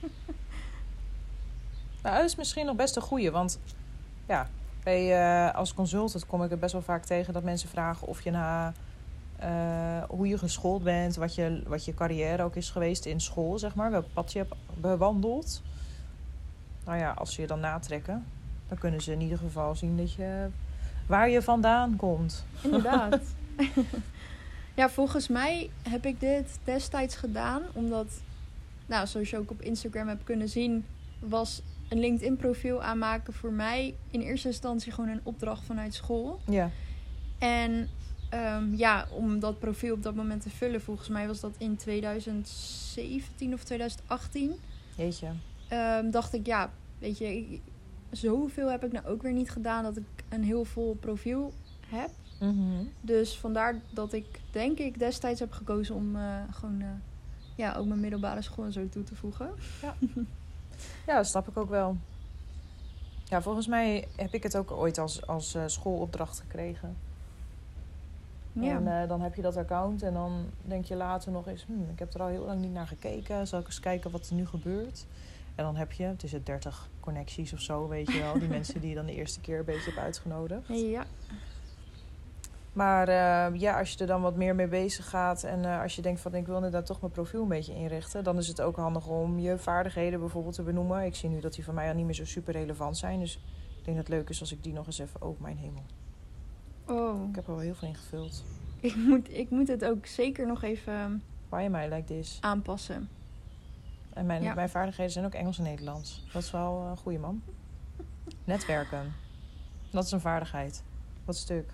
Nou, dat is misschien nog best een goeie. Want ja, als consultant kom ik er best wel vaak tegen dat mensen vragen of je hoe je geschoold bent, wat je carrière ook is geweest in school, zeg maar. Welk pad je hebt bewandeld. Nou ja, als ze je dan natrekken, dan kunnen ze in ieder geval zien waar je vandaan komt. Inderdaad. Ja, volgens mij heb ik dit destijds gedaan, omdat, nou, zoals je ook op Instagram hebt kunnen zien, was een LinkedIn-profiel aanmaken voor mij in eerste instantie gewoon een opdracht vanuit school. Ja. En om dat profiel op dat moment te vullen, volgens mij was dat in 2017 of 2018. Jeetje. Dacht ik, ja, weet je, zoveel heb ik nou ook weer niet gedaan dat ik een heel vol profiel heb. Mm-hmm. Dus vandaar dat ik, denk ik, destijds heb gekozen om ook mijn middelbare school en zo toe te voegen. Ja. Ja, dat snap ik ook wel. Ja, volgens mij heb ik het ook ooit als schoolopdracht gekregen. Ja. En dan heb je dat account en dan denk je later nog eens, ik heb er al heel lang niet naar gekeken. Zal ik eens kijken wat er nu gebeurt? En dan heb je, het is 30 connecties of zo, weet je wel. Die mensen die je dan de eerste keer een beetje hebt uitgenodigd. Ja. Maar als je er dan wat meer mee bezig gaat en als je denkt van ik wil inderdaad toch mijn profiel een beetje inrichten, dan is het ook handig om je vaardigheden bijvoorbeeld te benoemen. Ik zie nu dat die van mij al niet meer zo super relevant zijn, dus ik denk dat het leuk is als ik die nog eens even, oh mijn hemel. Oh. Ik heb er wel heel veel ingevuld. Ik moet het ook zeker nog even Why am I like this? aanpassen. En mijn vaardigheden zijn ook Engels en Nederlands. Dat is wel een goeie, man. Netwerken. Dat is een vaardigheid. Wat stuk.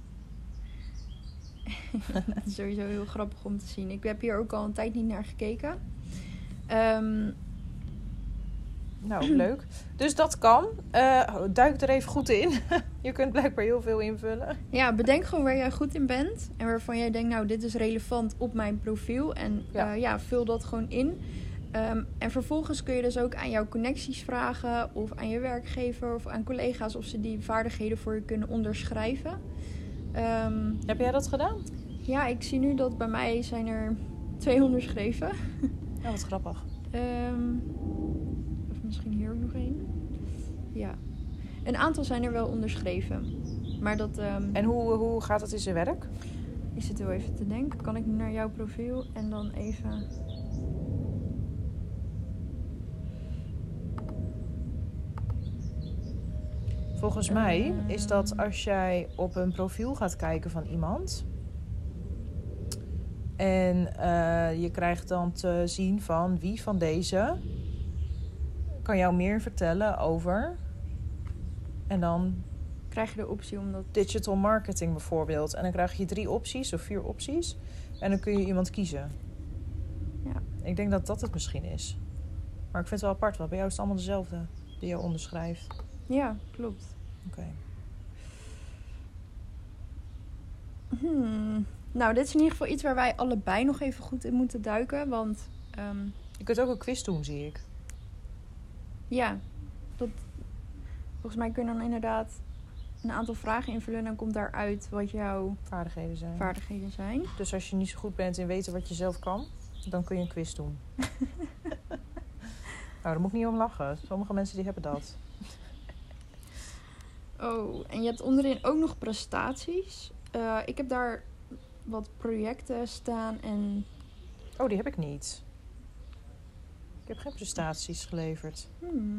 Dat is sowieso heel grappig om te zien. Ik heb hier ook al een tijd niet naar gekeken. Nou, leuk. Dus dat kan. Duik er even goed in. Je kunt blijkbaar heel veel invullen. Ja, bedenk gewoon waar jij goed in bent. En waarvan jij denkt, nou, dit is relevant op mijn profiel. En vul dat gewoon in. En vervolgens kun je dus ook aan jouw connecties vragen. Of aan je werkgever of aan collega's. Of ze die vaardigheden voor je kunnen onderschrijven. Heb jij dat gedaan? Ja, ik zie nu dat bij mij zijn er 2 onderschreven. Ja, wat grappig. Of misschien hier ook nog 1. Ja. Een aantal zijn er wel onderschreven. Maar dat... En hoe gaat het in zijn werk? Ik zit heel even te denken. Kan ik nu naar jouw profiel en dan even... Volgens mij is dat als jij op een profiel gaat kijken van iemand... en je krijgt dan te zien van wie van deze... kan jou meer vertellen over... en dan... krijg je de optie om dat... digital marketing bijvoorbeeld. En dan krijg je 3 opties of 4 opties. En dan kun je iemand kiezen. Ja. Ik denk dat dat het misschien is. Maar ik vind het wel apart, want bij jou is het allemaal dezelfde die je onderschrijft. Ja, klopt. Oké. Nou, dit is in ieder geval iets waar wij allebei nog even goed in moeten duiken. Want... je kunt ook een quiz doen, zie ik. Ja. Volgens mij kun je dan inderdaad een aantal vragen invullen. En dan komt daaruit wat jouw vaardigheden zijn. Dus als je niet zo goed bent in weten wat je zelf kan... dan kun je een quiz doen. Nou, daar moet ik niet om lachen. Sommige mensen die hebben dat. Oh, en je hebt onderin ook nog prestaties. Ik heb daar wat projecten staan en... Oh, die heb ik niet. Ik heb geen prestaties geleverd.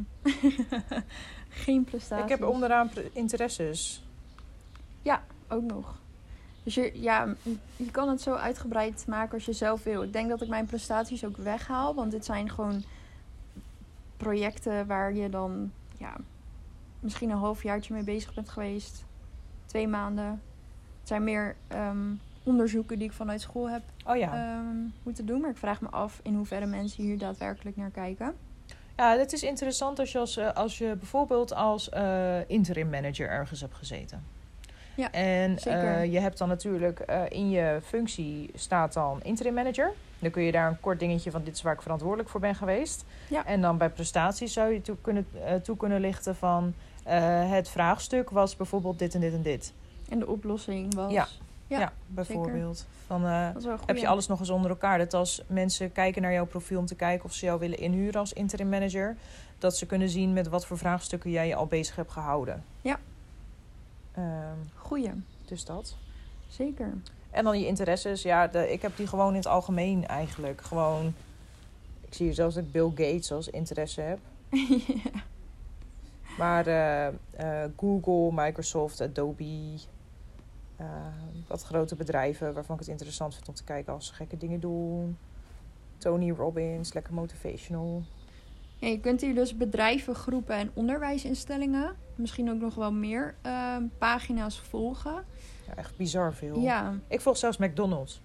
Geen prestaties. Ik heb onderaan interesses. Ja, ook nog. Dus je kan het zo uitgebreid maken als je zelf wil. Ik denk dat ik mijn prestaties ook weghaal. Want dit zijn gewoon projecten waar je dan misschien een halfjaartje mee bezig bent geweest. 2 maanden. Het zijn meer onderzoeken die ik vanuit school heb moeten doen. Maar ik vraag me af in hoeverre mensen hier daadwerkelijk naar kijken. Ja, het is interessant als je bijvoorbeeld als interim manager ergens hebt gezeten. Ja, En zeker. je hebt dan natuurlijk in je functie staat dan interim manager. Dan kun je daar een kort dingetje van dit is waar ik verantwoordelijk voor ben geweest. Ja. En dan bij prestaties zou je toe kunnen lichten van het vraagstuk was bijvoorbeeld dit en dit en dit. En de oplossing was... Ja, bijvoorbeeld. Van, dat is wel een heb goeie. je alles nog eens onder elkaar? Dat als mensen kijken naar jouw profiel om te kijken of ze jou willen inhuren als interim manager, dat ze kunnen zien met wat voor vraagstukken jij je al bezig hebt gehouden. Ja. Goeie. Dus dat. Zeker. En dan je interesses. Ja, ik heb die gewoon in het algemeen eigenlijk. Gewoon, ik zie zelfs dat ik Bill Gates als interesse heb. Ja. Maar Google, Microsoft, Adobe, wat grote bedrijven waarvan ik het interessant vind om te kijken als ze gekke dingen doen. Tony Robbins, lekker motivational. Ja, je kunt hier dus bedrijven, groepen en onderwijsinstellingen, misschien ook nog wel meer pagina's volgen. Ja, echt bizar veel. Ja. Ik volg zelfs McDonald's.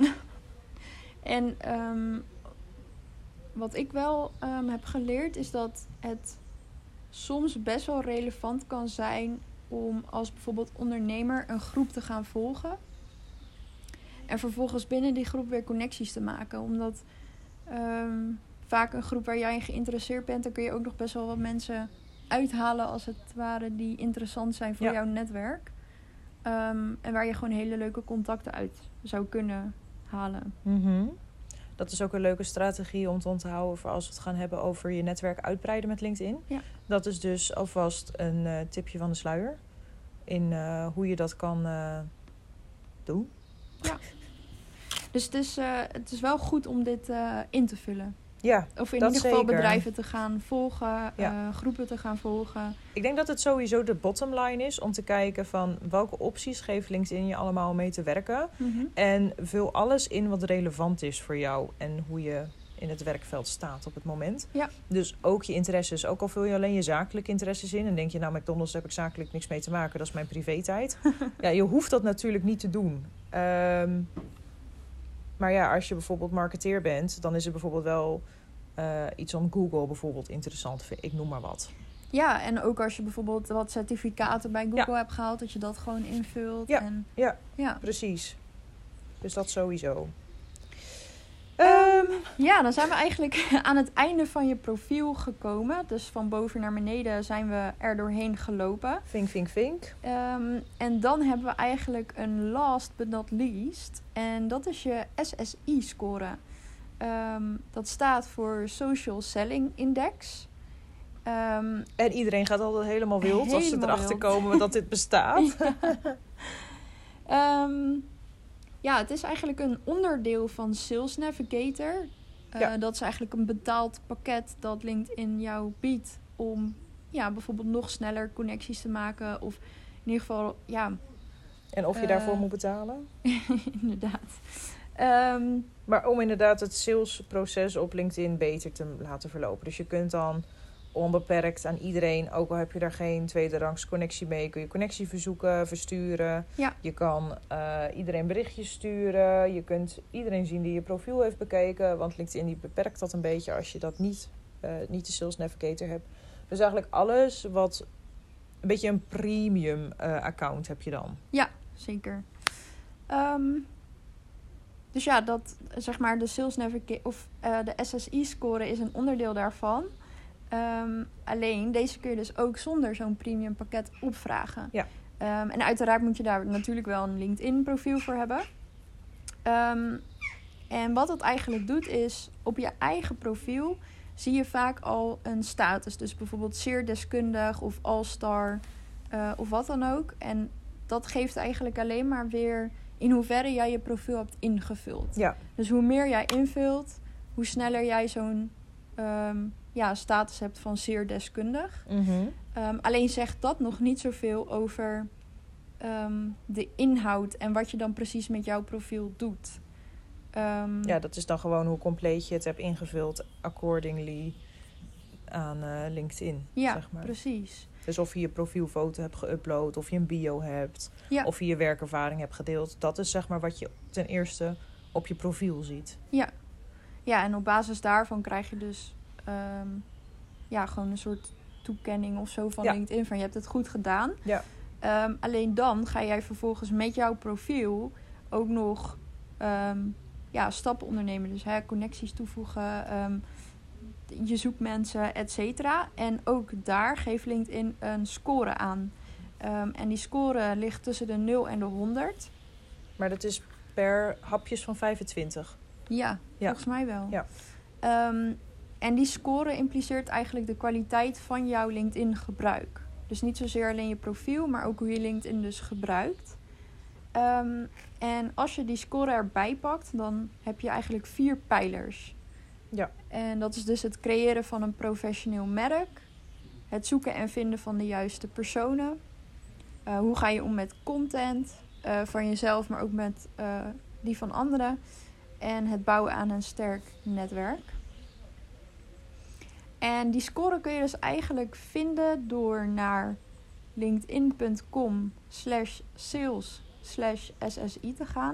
En wat ik wel heb geleerd is dat het soms best wel relevant kan zijn om als bijvoorbeeld ondernemer een groep te gaan volgen. En vervolgens binnen die groep weer connecties te maken. Omdat vaak een groep waar jij in geïnteresseerd bent, dan kun je ook nog best wel wat mensen uithalen als het ware die interessant zijn voor jouw netwerk. En waar je gewoon hele leuke contacten uit zou kunnen halen. Mm-hmm. Dat is ook een leuke strategie om te onthouden voor als we het gaan hebben over je netwerk uitbreiden met LinkedIn. Ja. Dat is dus alvast een tipje van de sluier in hoe je dat kan doen. Ja. Dus het is wel goed om dit in te vullen. Ja, of in ieder geval bedrijven te gaan volgen, groepen te gaan volgen. Ik denk dat het sowieso de bottom line is om te kijken van welke opties geeft LinkedIn je allemaal om mee te werken. Mm-hmm. En vul alles in wat relevant is voor jou en hoe je in het werkveld staat op het moment. Ja. Dus ook je interesses. Ook al vul je alleen je zakelijke interesses in en denk je, nou, McDonald's heb ik zakelijk niks mee te maken, dat is mijn privé-tijd. Ja, je hoeft dat natuurlijk niet te doen. Maar ja, als je bijvoorbeeld marketeer bent, dan is het bijvoorbeeld wel iets om Google bijvoorbeeld interessant vindt. Ik noem maar wat. Ja, en ook als je bijvoorbeeld wat certificaten bij Google hebt gehaald, dat je dat gewoon invult. Ja, en... ja, precies. Dus dat sowieso. Ja, dan zijn we eigenlijk aan het einde van je profiel gekomen. Dus van boven naar beneden zijn we er doorheen gelopen. Vink. En dan hebben we eigenlijk een last but not least. En dat is je SSI-score. Dat staat voor Social Selling Index. En iedereen gaat altijd helemaal wild als ze erachter komen dat dit bestaat. Ja, het is eigenlijk een onderdeel van Sales Navigator. Dat is eigenlijk een betaald pakket dat LinkedIn jou biedt om bijvoorbeeld nog sneller connecties te maken. Of in ieder geval, En of je daarvoor moet betalen? Inderdaad. Maar om inderdaad het salesproces op LinkedIn beter te laten verlopen. Dus je kunt dan onbeperkt aan iedereen, ook al heb je daar geen tweede rangs connectie mee, kun je connectie versturen. Ja. Je kan iedereen berichtjes sturen. Je kunt iedereen zien die je profiel heeft bekeken. Want LinkedIn die beperkt dat een beetje als je dat niet de Sales Navigator hebt. Dus eigenlijk alles wat een beetje een premium account heb je dan. Ja, zeker. Dus ja, dat zeg maar de Sales Navigator of de SSI-score is een onderdeel daarvan. Alleen, deze kun je dus ook zonder zo'n premium pakket opvragen. Ja. En uiteraard moet je daar natuurlijk wel een LinkedIn profiel voor hebben. En wat het eigenlijk doet is, op je eigen profiel zie je vaak al een status. Dus bijvoorbeeld zeer deskundig of all-star of wat dan ook. En dat geeft eigenlijk alleen maar weer in hoeverre jij je profiel hebt ingevuld. Ja. Dus hoe meer jij invult, hoe sneller jij zo'n status hebt van zeer deskundig. Mm-hmm. Alleen zegt dat nog niet zoveel over de inhoud en wat je dan precies met jouw profiel doet. Dat is dan gewoon hoe compleet je het hebt ingevuld accordingly aan LinkedIn. Ja, zeg maar. Precies. Dus of je je profielfoto hebt geüpload, of je een bio hebt, of je je werkervaring hebt gedeeld. Dat is zeg maar wat je ten eerste op je profiel ziet. Ja, en op basis daarvan krijg je dus gewoon een soort toekenning of zo van LinkedIn. Van je hebt het goed gedaan. Ja. Alleen dan ga jij vervolgens met jouw profiel ook nog stappen ondernemen. Dus connecties toevoegen, je zoekt mensen, et cetera. En ook daar geeft LinkedIn een score aan. En die score ligt tussen de 0 en de 100. Maar dat is per hapjes van 25? Ja, volgens mij wel. Ja. En die score impliceert eigenlijk de kwaliteit van jouw LinkedIn-gebruik. Dus niet zozeer alleen je profiel, maar ook hoe je LinkedIn dus gebruikt. En als je die score erbij pakt, dan heb je eigenlijk 4 pijlers. Ja. En dat is dus het creëren van een professioneel merk. Het zoeken en vinden van de juiste personen. Hoe ga je om met content van jezelf, maar ook met die van anderen. En het bouwen aan een sterk netwerk. En die score kun je dus eigenlijk vinden door naar linkedin.com/sales/SSI te gaan.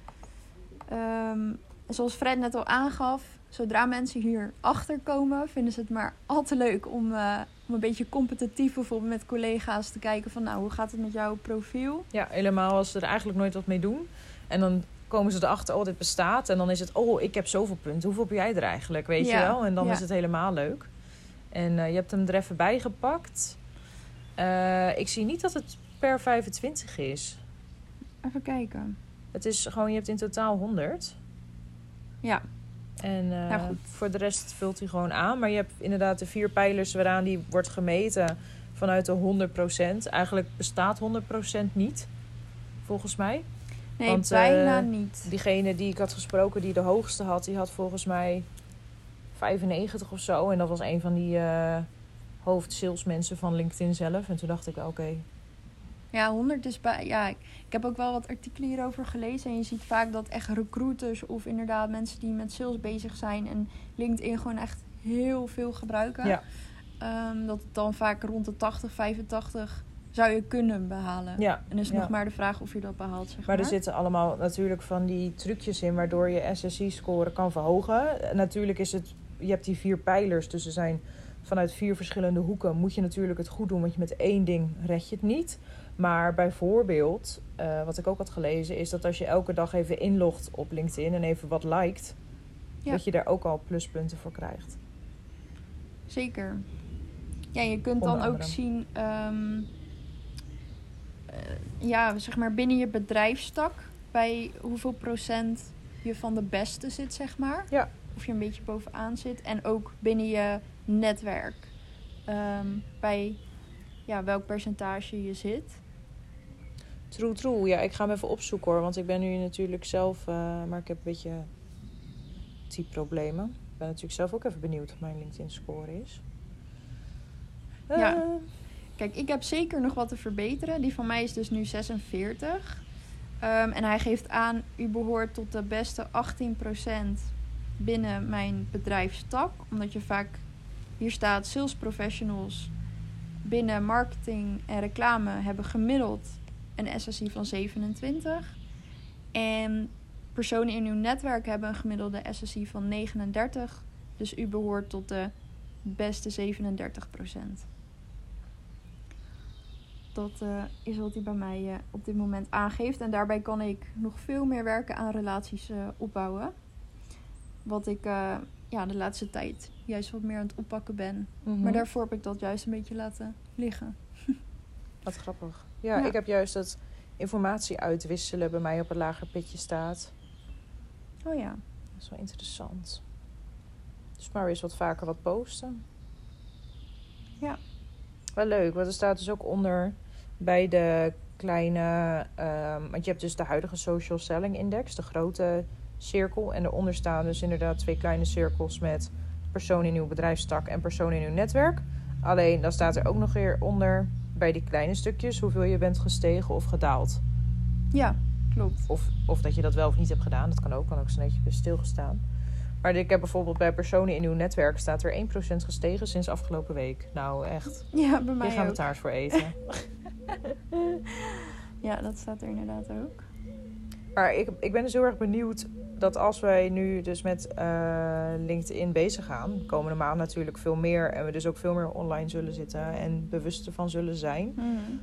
Zoals Fred net al aangaf, zodra mensen hier achter komen, vinden ze het maar al te leuk om een beetje competitief bijvoorbeeld met collega's te kijken van hoe gaat het met jouw profiel? Ja, helemaal als ze er eigenlijk nooit wat mee doen. En dan komen ze erachter, dit bestaat. En dan is het, ik heb zoveel punten. Hoeveel heb jij er eigenlijk, weet je wel? En dan is het helemaal leuk. En je hebt hem er even bij gepakt. Ik zie niet dat het per 25 is. Even kijken. Het is gewoon, je hebt in totaal 100. Ja. En goed. Voor de rest vult hij gewoon aan. Maar je hebt inderdaad de 4 pijlers waaraan die wordt gemeten vanuit de 100%. Eigenlijk bestaat 100% niet, volgens mij. Nee, want, bijna niet. Diegene die ik had gesproken die de hoogste had, die had volgens mij 95 of zo. En dat was een van die hoofdsalesmensen van LinkedIn zelf. En toen dacht ik, oké. Ja, 100 is bij... Ja, ik heb ook wel wat artikelen hierover gelezen. En je ziet vaak dat echt recruiters of inderdaad mensen die met sales bezig zijn en LinkedIn gewoon echt heel veel gebruiken. Ja. Dat het dan vaak rond de 80, 85 zou je kunnen behalen. Ja. En dus nog maar de vraag of je dat behaalt, zeg maar. Maar er zitten allemaal natuurlijk van die trucjes in waardoor je SSI-score kan verhogen. Natuurlijk is het... Je hebt die 4 pijlers, dus ze zijn vanuit 4 verschillende hoeken. Moet je natuurlijk het goed doen, want je met 1 ding red je het niet. Maar bijvoorbeeld, wat ik ook had gelezen, is dat als je elke dag even inlogt op LinkedIn en even wat liked, dat je daar ook al pluspunten voor krijgt. Zeker. Ja, je kunt dan ook zien, zeg maar binnen je bedrijfstak, bij hoeveel procent je van de beste zit, zeg maar. Ja. Of je een beetje bovenaan zit. En ook binnen je netwerk. Bij welk percentage je zit. True. Ja, ik ga hem even opzoeken hoor. Want ik ben nu natuurlijk zelf... maar ik heb een beetje die problemen. Ik ben natuurlijk zelf ook even benieuwd wat mijn LinkedIn score is. Ja. Kijk, ik heb zeker nog wat te verbeteren. Die van mij is dus nu 46. En hij geeft aan, u behoort tot de beste 18% binnen mijn bedrijfstak. Omdat je vaak... Hier staat, sales professionals binnen marketing en reclame hebben gemiddeld een SSI van 27. En personen in uw netwerk hebben een gemiddelde SSI van 39. Dus u behoort tot de beste 37%. Dat is wat hij bij mij op dit moment aangeeft. En daarbij kan ik nog veel meer werken aan relaties opbouwen. Wat ik de laatste tijd juist wat meer aan het oppakken ben. Mm-hmm. Maar daarvoor heb ik dat juist een beetje laten liggen. Wat grappig. Ja, ik heb juist dat informatie uitwisselen bij mij op een lager pitje staat. Oh ja. Dat is wel interessant. Dus maar eens wat vaker wat posten. Ja. Wel leuk, want er staat dus ook onder bij de kleine... want je hebt dus de huidige Social Selling Index, de grote cirkel. En eronder staan dus inderdaad 2 kleine cirkels met persoon in uw bedrijfstak en persoon in uw netwerk. Alleen dan staat er ook nog weer onder bij die kleine stukjes hoeveel je bent gestegen of gedaald. Ja, klopt. Of dat je dat wel of niet hebt gedaan. Dat kan ook zo netjes stilgestaan. Maar ik heb bijvoorbeeld bij personen in uw netwerk staat er 1% gestegen sinds afgelopen week. Nou, echt. Ja, bij mij hier gaan we ook. taart voor eten. Ja, dat staat er inderdaad ook. Maar ik ben dus heel erg benieuwd dat als wij nu dus met LinkedIn bezig gaan, de komende maand natuurlijk veel meer, en we dus ook veel meer online zullen zitten en bewuster van zullen zijn.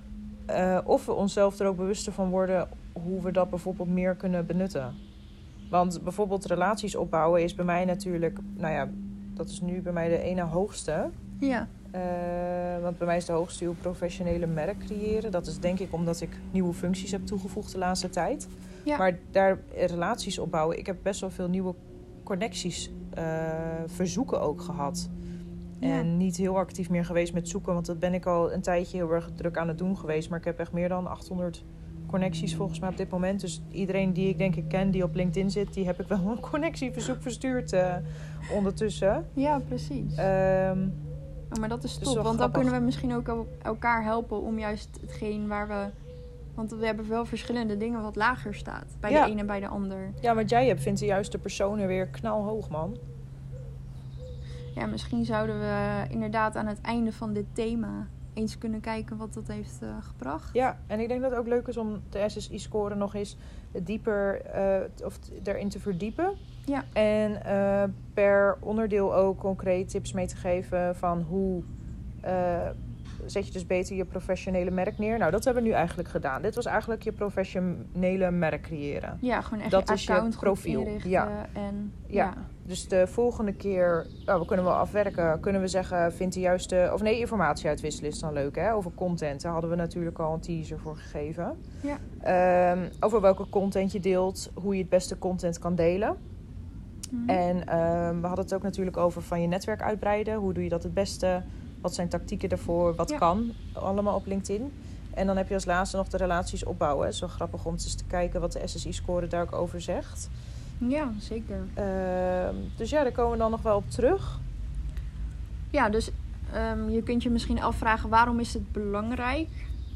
of we onszelf er ook bewuster van worden hoe we dat bijvoorbeeld meer kunnen benutten. Want bijvoorbeeld relaties opbouwen is bij mij natuurlijk... Nou ja, dat is nu bij mij de ene hoogste. Ja. Want bij mij is de hoogste uw professionele merk creëren. Dat is denk ik omdat ik nieuwe functies heb toegevoegd de laatste tijd. Ja. Maar daar relaties opbouwen. Ik heb best wel veel nieuwe connecties verzoeken ook gehad. Ja. En niet heel actief meer geweest met zoeken. Want dat ben ik al een tijdje heel erg druk aan het doen geweest. Maar ik heb echt meer dan 800 connecties volgens mij op dit moment. Dus iedereen die ik denk ik ken die op LinkedIn zit... die heb ik wel een connectieverzoek verstuurd ondertussen. Ja, precies. Maar dat is top. Want dan kunnen we misschien ook elkaar helpen om juist hetgeen waar we... Want we hebben wel verschillende dingen wat lager staat. Bij de ene en bij de ander. Ja, wat jij hebt vindt de juiste personen weer knalhoog, man. Ja, misschien zouden we inderdaad aan het einde van dit thema... eens kunnen kijken wat dat heeft gebracht. Ja, en ik denk dat het ook leuk is om de SSI-score nog eens dieper erin te verdiepen. Ja. En per onderdeel ook concreet tips mee te geven van hoe zet je dus beter je professionele merk neer. Nou, dat hebben we nu eigenlijk gedaan. Dit was eigenlijk je professionele merk creëren. Ja, gewoon echt dat je is je account profiel. Inrichten. Ja. En, ja. Dus de volgende keer, we kunnen wel afwerken, kunnen we zeggen, vind de juiste... Of nee, informatie uitwisselen is dan leuk, hè? Over content, daar hadden we natuurlijk al een teaser voor gegeven. Ja. Over welke content je deelt, hoe je het beste content kan delen. Mm-hmm. En we hadden het ook natuurlijk over van je netwerk uitbreiden. Hoe doe je dat het beste? Wat zijn tactieken daarvoor? Wat kan? Allemaal op LinkedIn. En dan heb je als laatste nog de relaties opbouwen. Het is wel grappig om eens te kijken wat de SSI-score daar ook over zegt. Ja, zeker. Dus ja, daar komen we dan nog wel op terug. Ja, dus je kunt je misschien afvragen waarom is het belangrijk?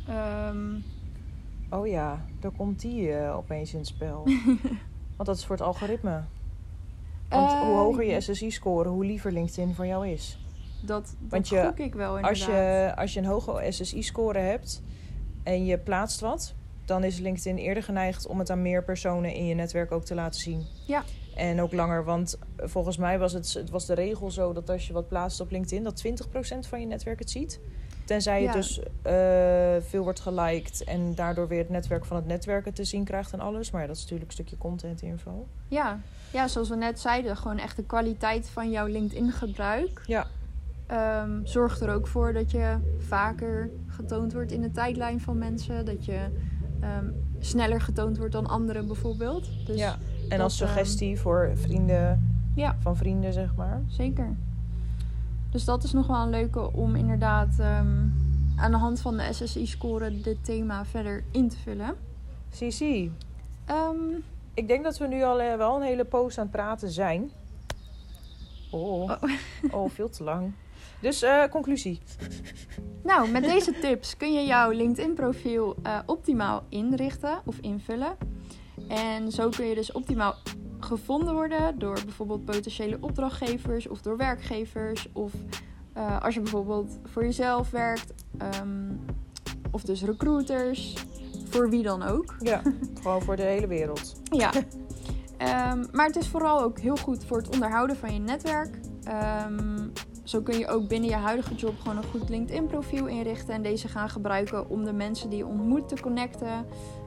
Oh ja, daar komt die opeens in het spel. Want dat is voor het algoritme. Want hoe hoger je SSI-score, hoe liever LinkedIn voor jou is. Dat gok ik wel inderdaad. Als je een hoge SSI-score hebt en je plaatst wat... dan is LinkedIn eerder geneigd om het aan meer personen in je netwerk ook te laten zien. Ja. En ook langer, want volgens mij was de regel zo... dat als je wat plaatst op LinkedIn, dat 20% van je netwerk het ziet. Tenzij het dus veel wordt geliked en daardoor weer het netwerk van het netwerken te zien krijgt en alles. Maar ja, dat is natuurlijk een stukje content info. Ja, zoals we net zeiden, gewoon echt de kwaliteit van jouw LinkedIn gebruik. Ja. Zorgt er ook voor dat je vaker getoond wordt in de tijdlijn van mensen. Dat je sneller getoond wordt dan anderen bijvoorbeeld. Dus ja, en als suggestie voor vrienden van vrienden, zeg maar. Zeker. Dus dat is nog wel een leuke om inderdaad aan de hand van de SSI-score dit thema verder in te vullen. Zie. Ik denk dat we nu al wel een hele poos aan het praten zijn. Oh, veel te lang. Dus conclusie. Nou, met deze tips kun je jouw LinkedIn-profiel optimaal inrichten of invullen. En zo kun je dus optimaal gevonden worden door bijvoorbeeld potentiële opdrachtgevers of door werkgevers. Of als je bijvoorbeeld voor jezelf werkt. Of dus recruiters. Voor wie dan ook. Ja, gewoon voor de hele wereld. Ja. Maar het is vooral ook heel goed voor het onderhouden van je netwerk. Zo kun je ook binnen je huidige job gewoon een goed LinkedIn-profiel inrichten. En deze gaan gebruiken om de mensen die je ontmoet te connecten.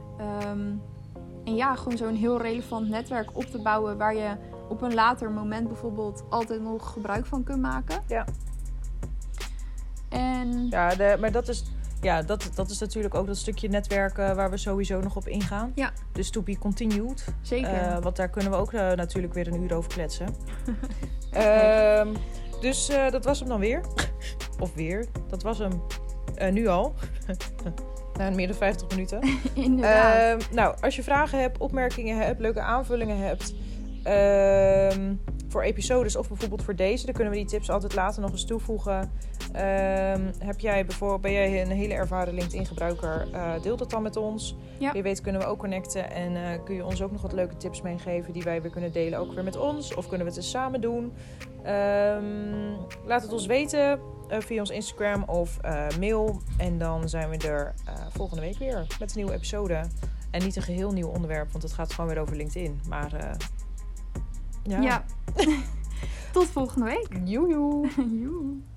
En ja, gewoon zo'n heel relevant netwerk op te bouwen waar je op een later moment bijvoorbeeld altijd nog gebruik van kunt maken. Ja. En... Ja, maar dat is natuurlijk ook dat stukje netwerken waar we sowieso nog op ingaan. Ja. Dus to be continued. Zeker. Want daar kunnen we ook natuurlijk weer een uur over kletsen. Dus dat was hem dan weer. Of weer. Dat was hem nu al. Na meer dan 50 minuten. Inderdaad. Nou, als je vragen hebt, opmerkingen hebt, leuke aanvullingen hebt... voor episodes of bijvoorbeeld voor deze... dan kunnen we die tips altijd later nog eens toevoegen. Ben jij een hele ervaren LinkedIn-gebruiker? Deel dat dan met ons. Ja. Wie weet kunnen we ook connecten. En kun je ons ook nog wat leuke tips meegeven... die wij weer kunnen delen, ook weer met ons. Of kunnen we het eens samen doen. Laat het ons weten via ons Instagram of mail. En dan zijn we er volgende week weer met een nieuwe episode. En niet een geheel nieuw onderwerp, want het gaat gewoon weer over LinkedIn. Maar ja. Tot volgende week. Joejoe. Joe.